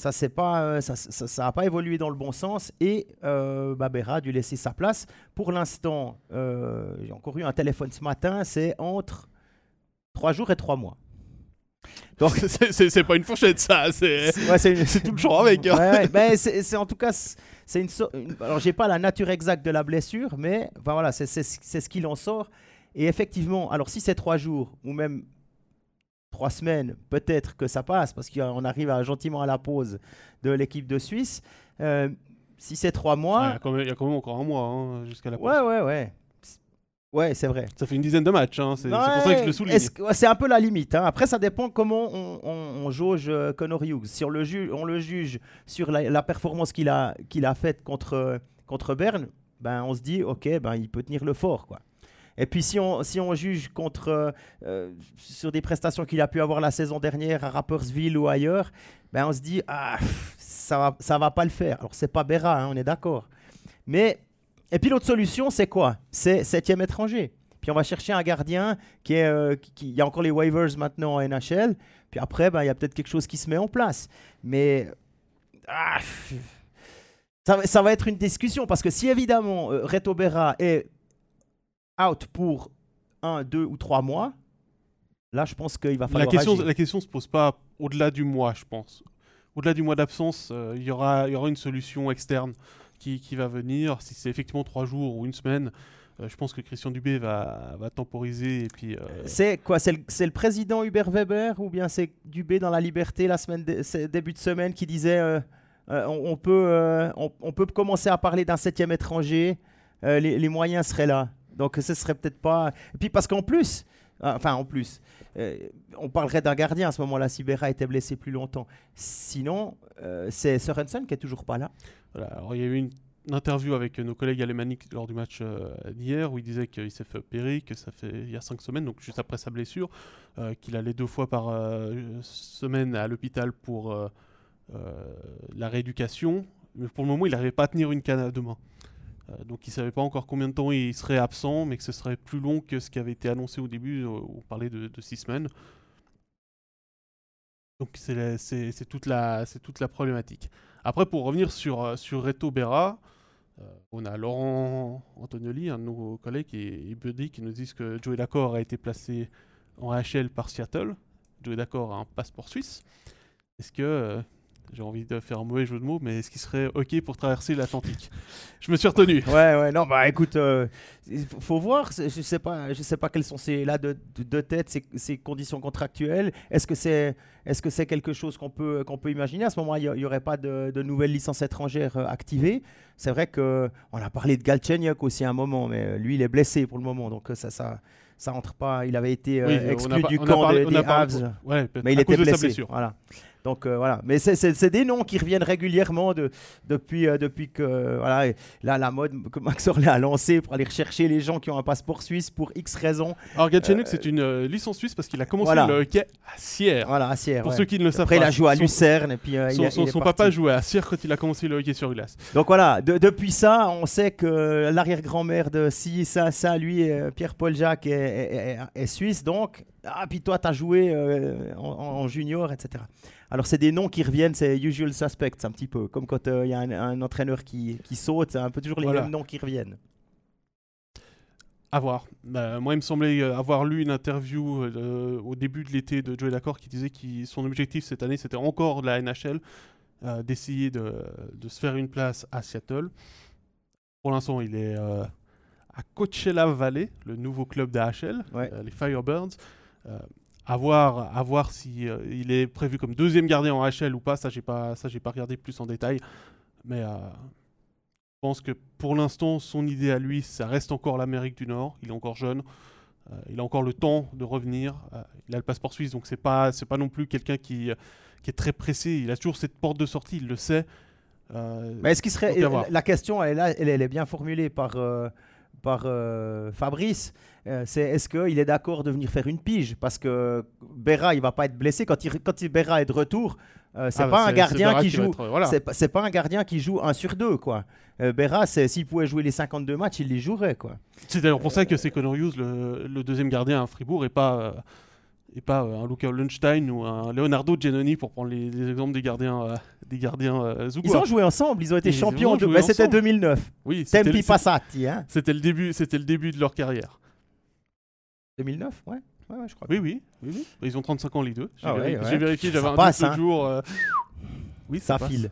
a pas évolué dans le bon sens. Et Berra a dû laisser sa place. Pour l'instant, j'ai encore eu un téléphone ce matin. C'est entre 3 jours et 3 mois. Donc c'est pas une fourchette, ça. C'est tout le genre avec. Ouais, mais c'est en tout cas, alors j'ai pas la nature exacte de la blessure, mais voilà, c'est ce qu'il en sort. Et effectivement, alors si c'est 3 jours ou même 3 semaines, peut-être que ça passe parce qu'on arrive gentiment à la pause de l'équipe de Suisse. Si c'est 3 mois... Il y a quand même encore un mois jusqu'à la pause. Ouais, c'est vrai. Ça fait une dizaine de matchs, c'est pour ça que je le souligne. C'est un peu la limite. Après, ça dépend comment on jauge Connor Hughes. Si on le juge sur la performance qu'il a faite contre Berne, ben, on se dit, ok, ben, il peut tenir le fort, quoi. Et puis si on juge sur des prestations qu'il a pu avoir la saison dernière à Rapperswil ou ailleurs, ben on se dit ça va pas le faire. Alors c'est pas Berra, on est d'accord. Et puis l'autre solution c'est quoi? C'est 7e étranger. Puis on va chercher un gardien qui y a encore les waivers maintenant en NHL. Puis après ben il y a peut-être quelque chose qui se met en place. Mais ça va être une discussion parce que si évidemment Reto Berra est out pour 1, 2 ou 3 mois, là, je pense qu'il va falloir agir. La question ne se pose pas au-delà du mois, je pense. Au-delà du mois d'absence, il y aura une solution externe qui va venir. Si c'est effectivement 3 jours ou une semaine, je pense que Christian Dubé va temporiser. Et puis, C'est quoi? C'est le président Hubert Weber ou bien c'est Dubé dans La Liberté début de semaine qui disait on peut commencer à parler d'un 7e étranger, les moyens seraient là. Donc, ce serait peut-être pas... Et puis, parce qu'en plus, on parlerait d'un gardien à ce moment-là si Berra était blessé plus longtemps. Sinon, c'est Sørensen qui est toujours pas là. Voilà, alors, il y a eu une interview avec nos collègues alémaniques lors du match d'hier où il disait qu'il s'est fait opérer, que ça fait il y a 5 semaines, donc juste après sa blessure, qu'il allait 2 fois par semaine à l'hôpital pour la rééducation. Mais pour le moment, il n'arrivait pas à tenir une canne à 2 mains. Donc il ne savait pas encore combien de temps il serait absent, mais que ce serait plus long que ce qui avait été annoncé au début. On parlait de 6 semaines. Donc c'est toute la problématique. Après, pour revenir sur Reto Berra, on a Laurent Antonioli, un de nos collègues, et Buddy qui nous disent que Joey Daccord a été placé en HL par Seattle. Joey Daccord a un passeport suisse. Est-ce que J'ai envie de faire un mauvais jeu de mots, mais est-ce qu'il serait OK pour traverser l'Atlantique? Je me suis retenu. Ouais, non, bah écoute, faut voir. Je sais pas quelles sont de tête ces conditions contractuelles. Est-ce que c'est quelque chose qu'on peut imaginer? À ce moment, il y aurait pas de nouvelles licences étrangères activées. C'est vrai que on a parlé de Galchenyuk aussi à un moment, mais lui, il est blessé pour le moment, donc ça entre pas. Il avait été exclu du camp des Avs, mais il était blessé. Voilà. Donc voilà, mais c'est des noms qui reviennent régulièrement depuis que voilà, là, la mode que Max Orlé a lancée pour aller rechercher les gens qui ont un passeport suisse pour X raisons. Alors Galchenyuk, c'est une licence suisse parce qu'il a commencé le hockey à Sierre. Voilà, à Sierre. Pour ceux qui ne le savent pas. Après, il a joué à Lucerne et puis son papa jouait à Sierre quand il a commencé le hockey sur glace. Donc voilà, depuis ça, on sait que l'arrière-grand-mère de ça, lui, Pierre-Paul Jacques est suisse, donc. Ah, puis toi, tu as joué en junior, etc. Alors, c'est des noms qui reviennent, c'est usual suspects, un petit peu. Comme quand il y a un entraîneur qui saute, c'est un peu toujours les mêmes noms qui reviennent. À voir. Moi, il me semblait avoir lu une interview au début de l'été de Joey Daccord qui disait que son objectif cette année, c'était encore de la NHL, d'essayer de se faire une place à Seattle. Pour l'instant, il est à Coachella Valley, le nouveau club d'AHL, les Firebirds. À voir si il est prévu comme deuxième gardien en AHL ou pas. Ça, j'ai pas regardé plus en détail. Mais je pense que pour l'instant, son idée à lui, ça reste encore l'Amérique du Nord. Il est encore jeune. Il a encore le temps de revenir. Il a le passeport suisse, donc c'est pas non plus quelqu'un qui est très pressé. Il a toujours cette porte de sortie, il le sait. Mais est-ce qu'il serait... La question, elle est bien formulée par Fabrice. Est-ce qu'il est d'accord de venir faire une pige? Parce que Berra, il va pas être blessé. Quand Berra est de retour, c'est pas un gardien qui joue. C'est pas un gardien qui joue 1 sur 2, quoi. Berra, s'il pouvait jouer les 52 matchs, il les jouerait, quoi. C'est d'ailleurs pour ça que c'est Connor Hughes, le deuxième gardien à Fribourg, et pas un Luca Lunstein ou un Leonardo Giannoni, pour prendre les exemples des gardiens zougois. Ils ont joué ensemble, ils ont été champions. Mais c'était 2009. Oui, Tempi Passati. Hein. C'était le début de leur carrière. 2009, ouais, je crois. Oui. Ils ont 35 ans les deux. J'ai vérifié, j'avais un doute l'autre jour. Oui, ça file.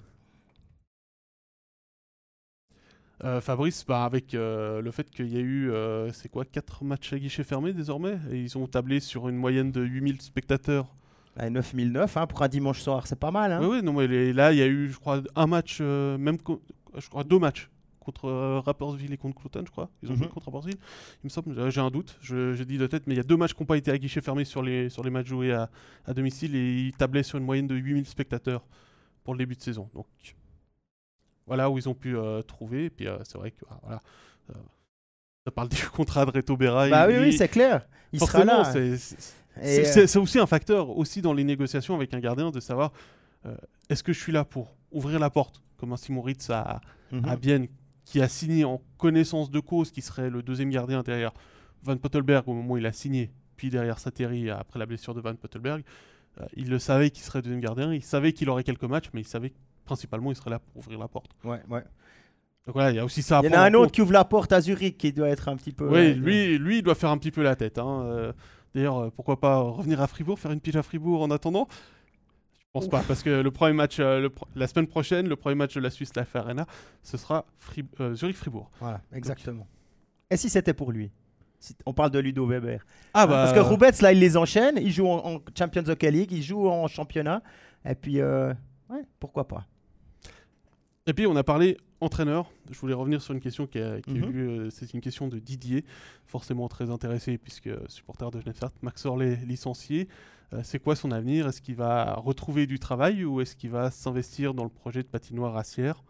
Fabrice, avec le fait qu'il y a eu 4 matchs à guichet fermé désormais, et ils ont tablé sur une moyenne de 8000 spectateurs. 9009, pour un dimanche soir, c'est pas mal. Hein. Oui, non, mais là, il y a eu, je crois, un match, je crois 2 matchs contre Rapperswil et contre Cloton, je crois. Ils ont joué contre Rapperswil, il me semble. J'ai un doute, je dis de tête, mais il y a 2 matchs qui n'ont pas été à guichet fermé sur les matchs joués à domicile, et ils tablaient sur une moyenne de 8000 spectateurs pour le début de saison. Donc voilà où ils ont pu trouver. Et puis c'est vrai que ça parle du contrat de Reto Berra. Oui, c'est clair. Il sera là. C'est aussi un facteur aussi dans les négociations avec un gardien de savoir est-ce que je suis là pour ouvrir la porte comme un Simon Ritz à Bienne, qui a signé en connaissance de cause, qui serait le deuxième gardien derrière Van Pottelberg au moment où il a signé, puis derrière Sateri après la blessure de Van Pottelberg. Il le savait qu'il serait deuxième gardien, il savait qu'il aurait quelques matchs, mais il savait que principalement il serait là pour ouvrir la porte. Ouais. Donc voilà, il y a aussi ça à prendre. Il y en a un autre qui ouvre la porte à Zurich qui doit être un petit peu... Oui, lui il doit faire un petit peu la tête. D'ailleurs, pourquoi pas revenir à Fribourg, faire une pige à Fribourg en attendant? Je pense pas, parce que le premier match, la semaine prochaine, le premier match de la Swiss Life Arena, ce sera Zurich-Fribourg. Voilà, exactement. Donc... Et si c'était pour lui? On parle de Ludo Weber. Parce que Roubets, là, il les enchaîne. Il joue en Champions Hockey League, il joue en championnat. Et puis, pourquoi pas. Et puis, on a parlé entraîneur. Je voulais revenir sur une question qui a eu. C'est une question de Didier, forcément très intéressé, puisque supporter de Genève, Max Orlé licencié. C'est quoi son avenir? Est-ce qu'il va retrouver du travail ou est-ce qu'il va s'investir dans le projet de patinoire à Sierre?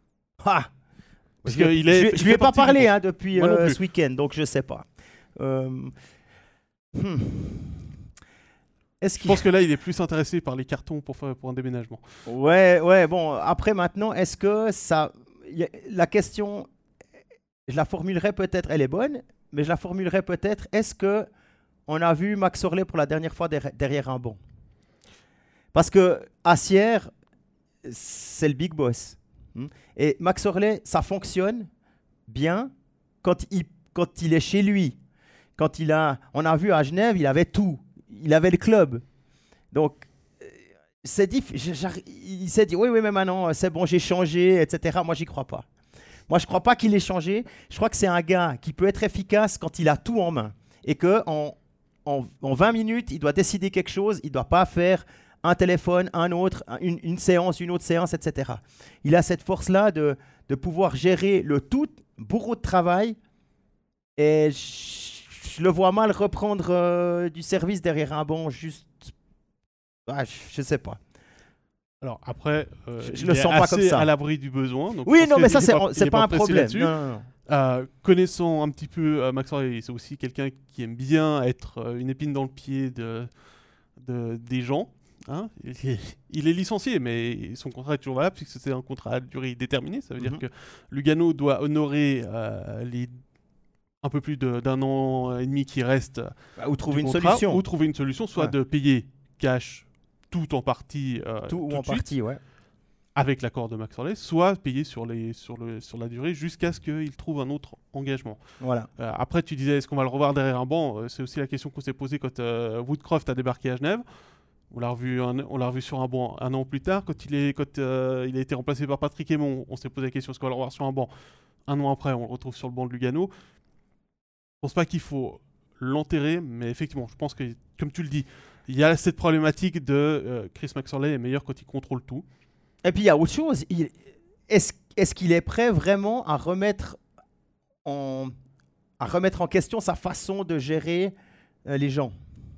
Je lui ai pas parlé depuis ce week-end, donc je sais pas. Je pense que là, il est plus intéressé par les cartons pour un déménagement. Ouais. Bon, après maintenant, est-ce que ça... La question, je la formulerai peut-être, elle est bonne, mais je la formulerai peut-être, est-ce que on a vu Max Orlé pour la dernière fois derrière un banc? Parce que à Sierre, c'est le big boss. Et Max Orlé, ça fonctionne bien quand il est chez lui. On a vu à Genève, il avait tout. Il avait le club. Donc, Il s'est dit, oui, mais maintenant, c'est bon, j'ai changé, etc. Moi, j'y crois pas. Moi, je crois pas qu'il ait changé. Je crois que c'est un gars qui peut être efficace quand il a tout en main. Et qu'en en 20 minutes, il doit décider quelque chose. Il ne doit pas faire un téléphone, un autre, une séance, une autre séance, etc. Il a cette force-là de pouvoir gérer le tout, bourreau de travail. Et je le vois mal reprendre du service derrière un banc, juste... Ah, je sais pas. Alors après, je le sens pas comme ça. À l'abri du besoin. Donc oui, non, mais ça, c'est pas un problème. Non. Connaissant un petit peu Max Orley, c'est aussi quelqu'un qui aime bien être une épine dans le pied des gens. Hein. Il est licencié, mais son contrat est toujours valable puisque c'est un contrat à durée déterminée. Ça veut dire que Lugano doit honorer les un peu plus d'un an et demi qui reste. Ou trouver une solution. Ou trouver une solution, soit de payer cash tout en partie, tout ou en partie, ouais. Avec l'accord de Max Orley, soit payer sur la durée jusqu'à ce qu'il trouve un autre engagement. Voilà. Après, tu disais, est-ce qu'on va le revoir derrière un banc? C'est aussi la question qu'on s'est posée quand Woodcroft a débarqué à Genève. On l'a revu sur un banc un an plus tard. Quand il a été remplacé par Patrick Aymon, on s'est posé la question, est-ce qu'on va le revoir sur un banc? Un an après, on le retrouve sur le banc de Lugano. Je pense pas qu'il faut l'enterrer, mais effectivement, je pense que, comme tu le dis, il y a cette problématique de Chris Max Orley est meilleur quand il contrôle tout. Et puis il y a autre chose. Est-ce qu'il est prêt vraiment à remettre en question sa façon de gérer les gens?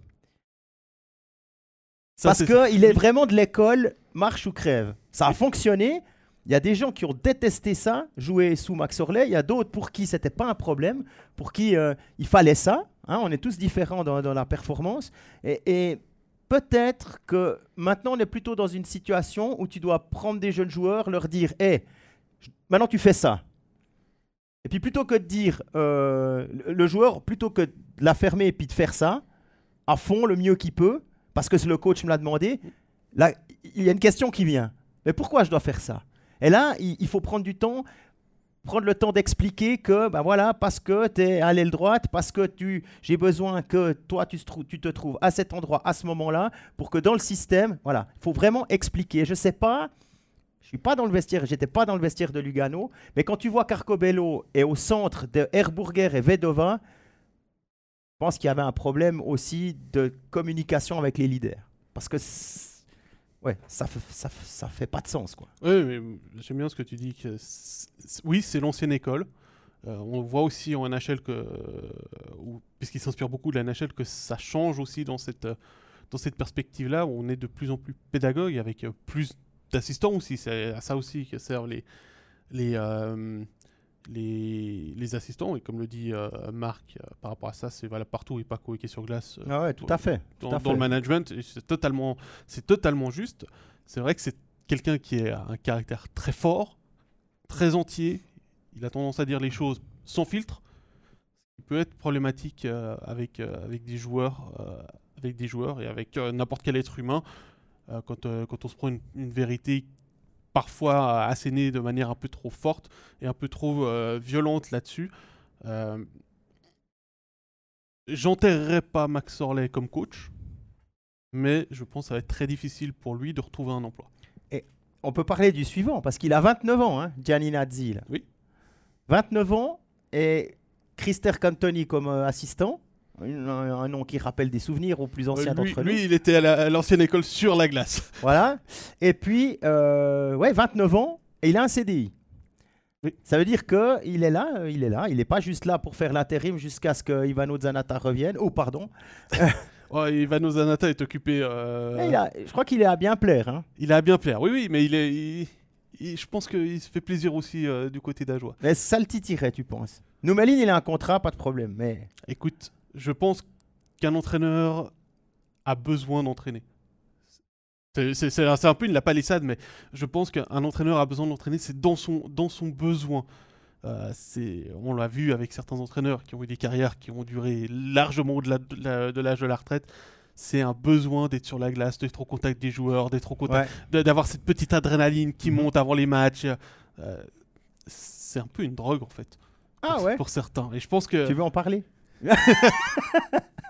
Parce qu'il est vraiment de l'école marche ou crève. Ça a fonctionné. Il y a des gens qui ont détesté ça, jouer sous Max Orley. Il y a d'autres pour qui c'était pas un problème, pour qui il fallait ça. Hein, on est tous différents dans la performance. Et peut-être que maintenant, on est plutôt dans une situation où tu dois prendre des jeunes joueurs, leur dire « Hey, maintenant tu fais ça ». Et puis plutôt que de dire, le joueur, plutôt que de la fermer et puis de faire ça, à fond, le mieux qu'il peut, parce que le coach me l'a demandé, là, il y a une question qui vient. Mais pourquoi je dois faire ça? Et là, il faut prendre du temps, prendre le temps d'expliquer que, ben voilà, parce que tu es à l'aile droite, parce que j'ai besoin que toi, tu te trouves à cet endroit, à ce moment-là, pour que dans le système, voilà, il faut vraiment expliquer. Je ne sais pas, je ne suis pas dans le vestiaire, j'étais pas dans le vestiaire de Lugano, mais quand tu vois qu'Arcobello est au centre de Herburger et Vedova, je pense qu'il y avait un problème aussi de communication avec les leaders. Parce que ouais, ça fait pas de sens, quoi. Oui, mais j'aime bien ce que tu dis. Oui, c'est l'ancienne école. On voit aussi en NHL puisqu'il s'inspire beaucoup de la NHL, que ça change aussi dans cette perspective-là, où on est de plus en plus pédagogue avec plus d'assistants aussi. C'est à ça aussi que servent les assistants. Et comme le dit Marc, par rapport à ça, c'est valable partout et pas coéquer sur glace. Ouais, tout à fait. Dans le management, et c'est totalement juste. C'est vrai que c'est quelqu'un qui a un caractère très fort, très entier. Il a tendance à dire les choses sans filtre. Il peut être problématique avec des joueurs et avec n'importe quel être humain quand on se prend une vérité parfois assénée de manière un peu trop forte et un peu trop violente là-dessus. J'enterrerai pas Max Orley comme coach, mais je pense que ça va être très difficile pour lui de retrouver un emploi. Et on peut parler du suivant, parce qu'il a 29 ans, hein, Gianni Nazzi. Oui. 29 ans et Christer Cantoni comme assistant. Un nom qui rappelle des souvenirs aux plus anciens d'entre nous. Lui, il était à l'ancienne école sur la glace. Voilà. Et puis, 29 ans, et il a un CDI. Oui. Ça veut dire qu'il est là. Il n'est pas juste là pour faire l'intérim jusqu'à ce que Ivano Zanata revienne. Oh, pardon. Ivano Zanata est occupé... je crois qu'il est à bien plaire. Hein. Il est à bien plaire, oui, mais je pense qu'il se fait plaisir aussi du côté d'Ajoie. Mais ça le titillerait, tu penses? Noumeline, il a un contrat, pas de problème. Mais... Écoute... Je pense qu'un entraîneur a besoin d'entraîner. C'est un peu une la palissade, mais je pense qu'un entraîneur a besoin d'entraîner, c'est dans son besoin. On l'a vu avec certains entraîneurs qui ont eu des carrières qui ont duré largement au-delà de l'âge de la retraite. C'est un besoin d'être sur la glace, d'être au contact des joueurs, d'être au contact, d'avoir cette petite adrénaline qui monte avant les matchs. C'est un peu une drogue en fait. Pour certains. Et je pense que... Tu veux en parler?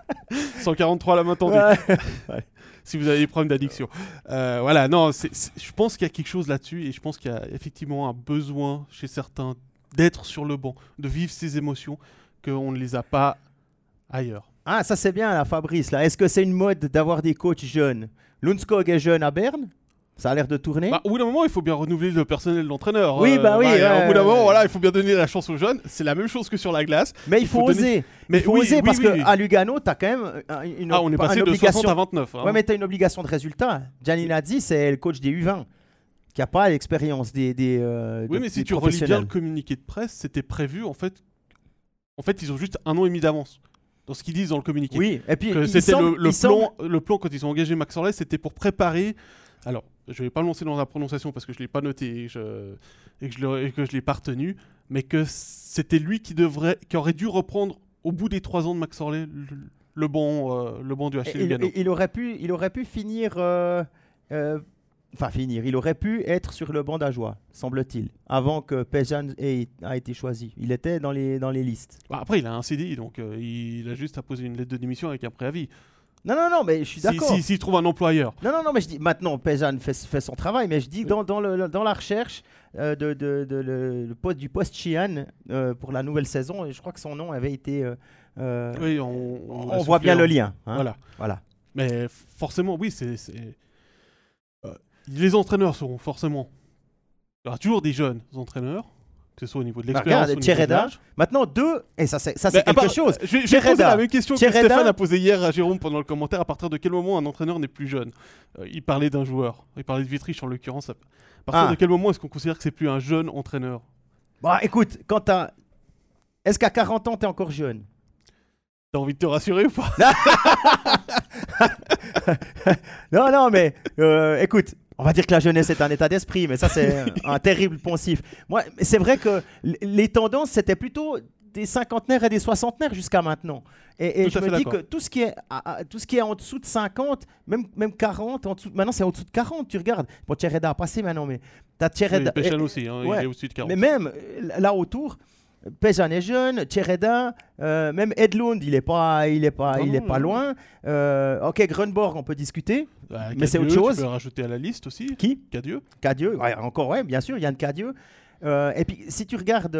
143 la main tendue. Ouais. Si vous avez des problèmes d'addiction. Voilà, non, je pense qu'il y a quelque chose là-dessus et je pense qu'il y a effectivement un besoin chez certains d'être sur le banc, de vivre ces émotions qu'on ne les a pas ailleurs. Ah, ça c'est bien là, Fabrice. Là. Est-ce que c'est une mode d'avoir des coachs jeunes? Lundskog est jeune à Berne. Ça a l'air de tourner. Au bout d'un moment, il faut bien renouveler le personnel de l'entraîneur. Oui, oui. Au bout d'un moment, voilà, il faut bien donner la chance aux jeunes. C'est la même chose que sur la glace. Mais il faut oser. Mais il faut oser parce qu'à Lugano, tu as quand même on est passé de 60 à 29. Ouais, mais tu as une obligation de résultat. Gianni Nazzi, c'est le coach des U20 qui n'a pas l'expérience des oui, mais si tu relis bien le communiqué de presse, c'était prévu en fait. En fait, ils ont juste 1 an et demi d'avance. Dans ce qu'ils disent dans le communiqué. Oui, et puis c'était le plan quand ils ont engagé Max Orley, c'était pour préparer. Alors, je ne vais pas me lancer dans la prononciation parce que je ne l'ai pas noté et que je ne l'ai pas retenu, mais que c'était lui qui aurait dû reprendre au bout des 3 ans de Max Orley le banc du HC Lugano. Il aurait pu finir. Il aurait pu être sur le banc d'Ajoie, semble-t-il, avant que Pejan ait été choisi. Il était dans les listes. Après, il a un CDI, donc il a juste à poser une lettre de démission avec un préavis. Non, mais je suis d'accord. S'il trouve un emploi ailleurs. Non, mais je dis maintenant, Pejan fait son travail, mais je dis dans la recherche du poste Chian pour la nouvelle saison, je crois que son nom avait été. Oui, on voit bien le lien. Hein. Voilà. Mais forcément, oui, les entraîneurs seront forcément. Il y aura toujours des jeunes entraîneurs, que ce soit au niveau de l'expérience, au niveau de l'âge. Maintenant, 2, et ça c'est quelque chose. Je vais poser la même question que Stéphane a posée hier à Jérôme pendant le commentaire. À partir de quel moment un entraîneur n'est plus jeune? Il parlait d'un joueur. Il parlait de Wietrich en l'occurrence. À partir de quel moment est-ce qu'on considère que c'est plus un jeune entraîneur? Écoute, est-ce qu'à 40 ans, tu es encore jeune? T'as envie de te rassurer ou pas? Non, mais écoute, on va dire que la jeunesse est un état d'esprit, mais ça, c'est un terrible poncif. Moi, c'est vrai que les tendances, c'était plutôt des cinquantenaires et des soixantenaires jusqu'à maintenant. Et je me dis que tout ce qui est en dessous de 50, même 40, maintenant c'est en dessous de 40, tu regardes. Bon, Tchereda a passé maintenant, mais t'as Tchereda. Pejan aussi, il est au-dessus de 40. Mais même là autour, Pejan est jeune, Tchereda, même Edlund, il est pas loin. Ok, Grunborg, on peut discuter, mais c'est autre chose. Tu peux rajouter à la liste aussi. Qui? Cadieux, ouais, bien sûr, Yann Cadieux. Et puis, si tu regardes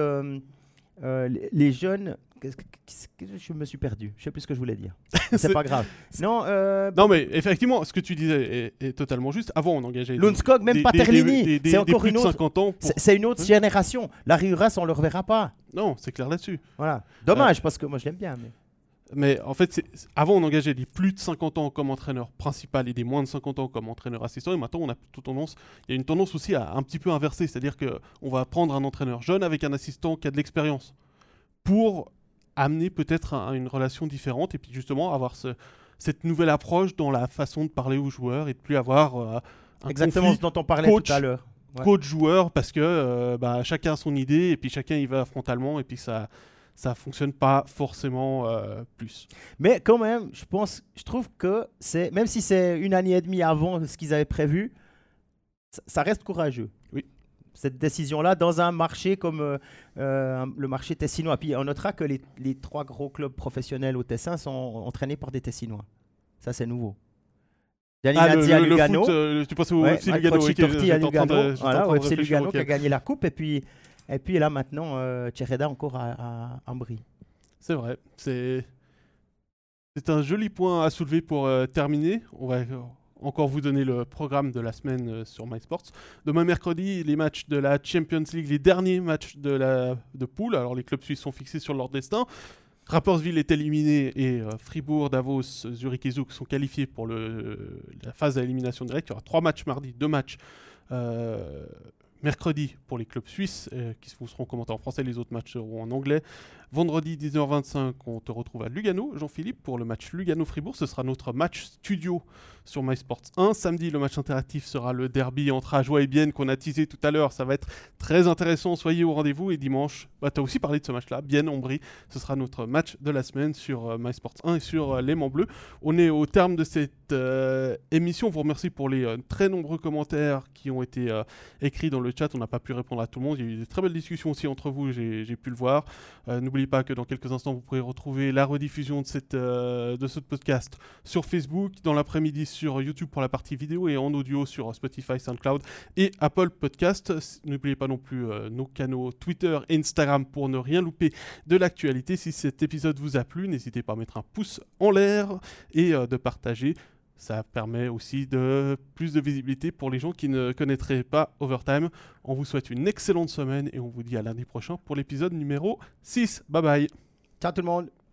les jeunes, je me suis perdu. Je sais plus ce que je voulais dire. C'est pas grave. Non, mais effectivement, ce que tu disais est totalement juste. Avant, on engageait Lundskog, même Paterlini, c'est encore une autre. 50 ans c'est une autre génération. Larry Uras, on le reverra pas. Non, c'est clair là-dessus. Voilà. Dommage, parce que moi, je l'aime bien. Mais en fait, avant, on engageait des plus de 50 ans comme entraîneur principal et des moins de 50 ans comme entraîneur assistant. Et maintenant, on a plutôt tendance. Il y a une tendance aussi à un petit peu inverser. C'est-à-dire qu'on va prendre un entraîneur jeune avec un assistant qui a de l'expérience pour amener peut-être une relation différente et puis justement avoir cette nouvelle approche dans la façon de parler aux joueurs et de plus avoir un exactement ce dont on parlait tout à l'heure. Coach-joueur parce que chacun a son idée et puis chacun y va frontalement et puis ça fonctionne pas forcément plus. Mais quand même, je trouve que même si c'est 1 année et demie avant ce qu'ils avaient prévu, ça reste courageux. Oui. Cette décision-là dans un marché comme le marché tessinois. Puis on notera que les 3 gros clubs professionnels au Tessin sont entraînés par des Tessinois. Ça, c'est nouveau. Gianni Nazzi à Lugano. Tu penses au FC Lugano à Lugano. Voilà, au FC Lugano qui a gagné la coupe. Et puis là, maintenant, Tchereda encore à Ambry. C'est vrai. C'est un joli point à soulever pour terminer. On va encore vous donner le programme de la semaine sur MySports. Demain mercredi, les matchs de la Champions League, les derniers matchs de poule. Alors les clubs suisses sont fixés sur leur destin. Rapperswil est éliminé et Fribourg, Davos, Zurich et Zug sont qualifiés pour la phase d'élimination directe. Il y aura 3 matchs mardi, 2 matchs mercredi pour les clubs suisses qui vous seront commentés en français, les autres matchs seront en anglais. Vendredi 19h25, on te retrouve à Lugano, Jean-Philippe, pour le match Lugano-Fribourg. Ce sera notre match studio sur MySports 1. Samedi, le match interactif sera le derby entre Ajoie et Bienne qu'on a teasé tout à l'heure. Ça va être très intéressant, soyez au rendez-vous. Et dimanche, tu as aussi parlé de ce match-là, Bienne-Ambry. Ce sera notre match de la semaine sur MySports 1 et sur l'Aimant Bleu. On est au terme de cette émission. On vous remercie pour les très nombreux commentaires qui ont été écrits dans le chat. On n'a pas pu répondre à tout le monde. Il y a eu des très belles discussions aussi entre vous, j'ai pu le voir. N'oubliez n'oubliez pas que dans quelques instants, vous pourrez retrouver la rediffusion de ce podcast sur Facebook, dans l'après-midi sur YouTube pour la partie vidéo et en audio sur Spotify, SoundCloud et Apple Podcast. N'oubliez pas non plus nos canaux Twitter et Instagram pour ne rien louper de l'actualité. Si cet épisode vous a plu, n'hésitez pas à mettre un pouce en l'air et de partager. Ça permet aussi de plus de visibilité pour les gens qui ne connaîtraient pas Overtime. On vous souhaite une excellente semaine et on vous dit à lundi prochain pour l'épisode numéro 6. Bye bye. Ciao tout le monde.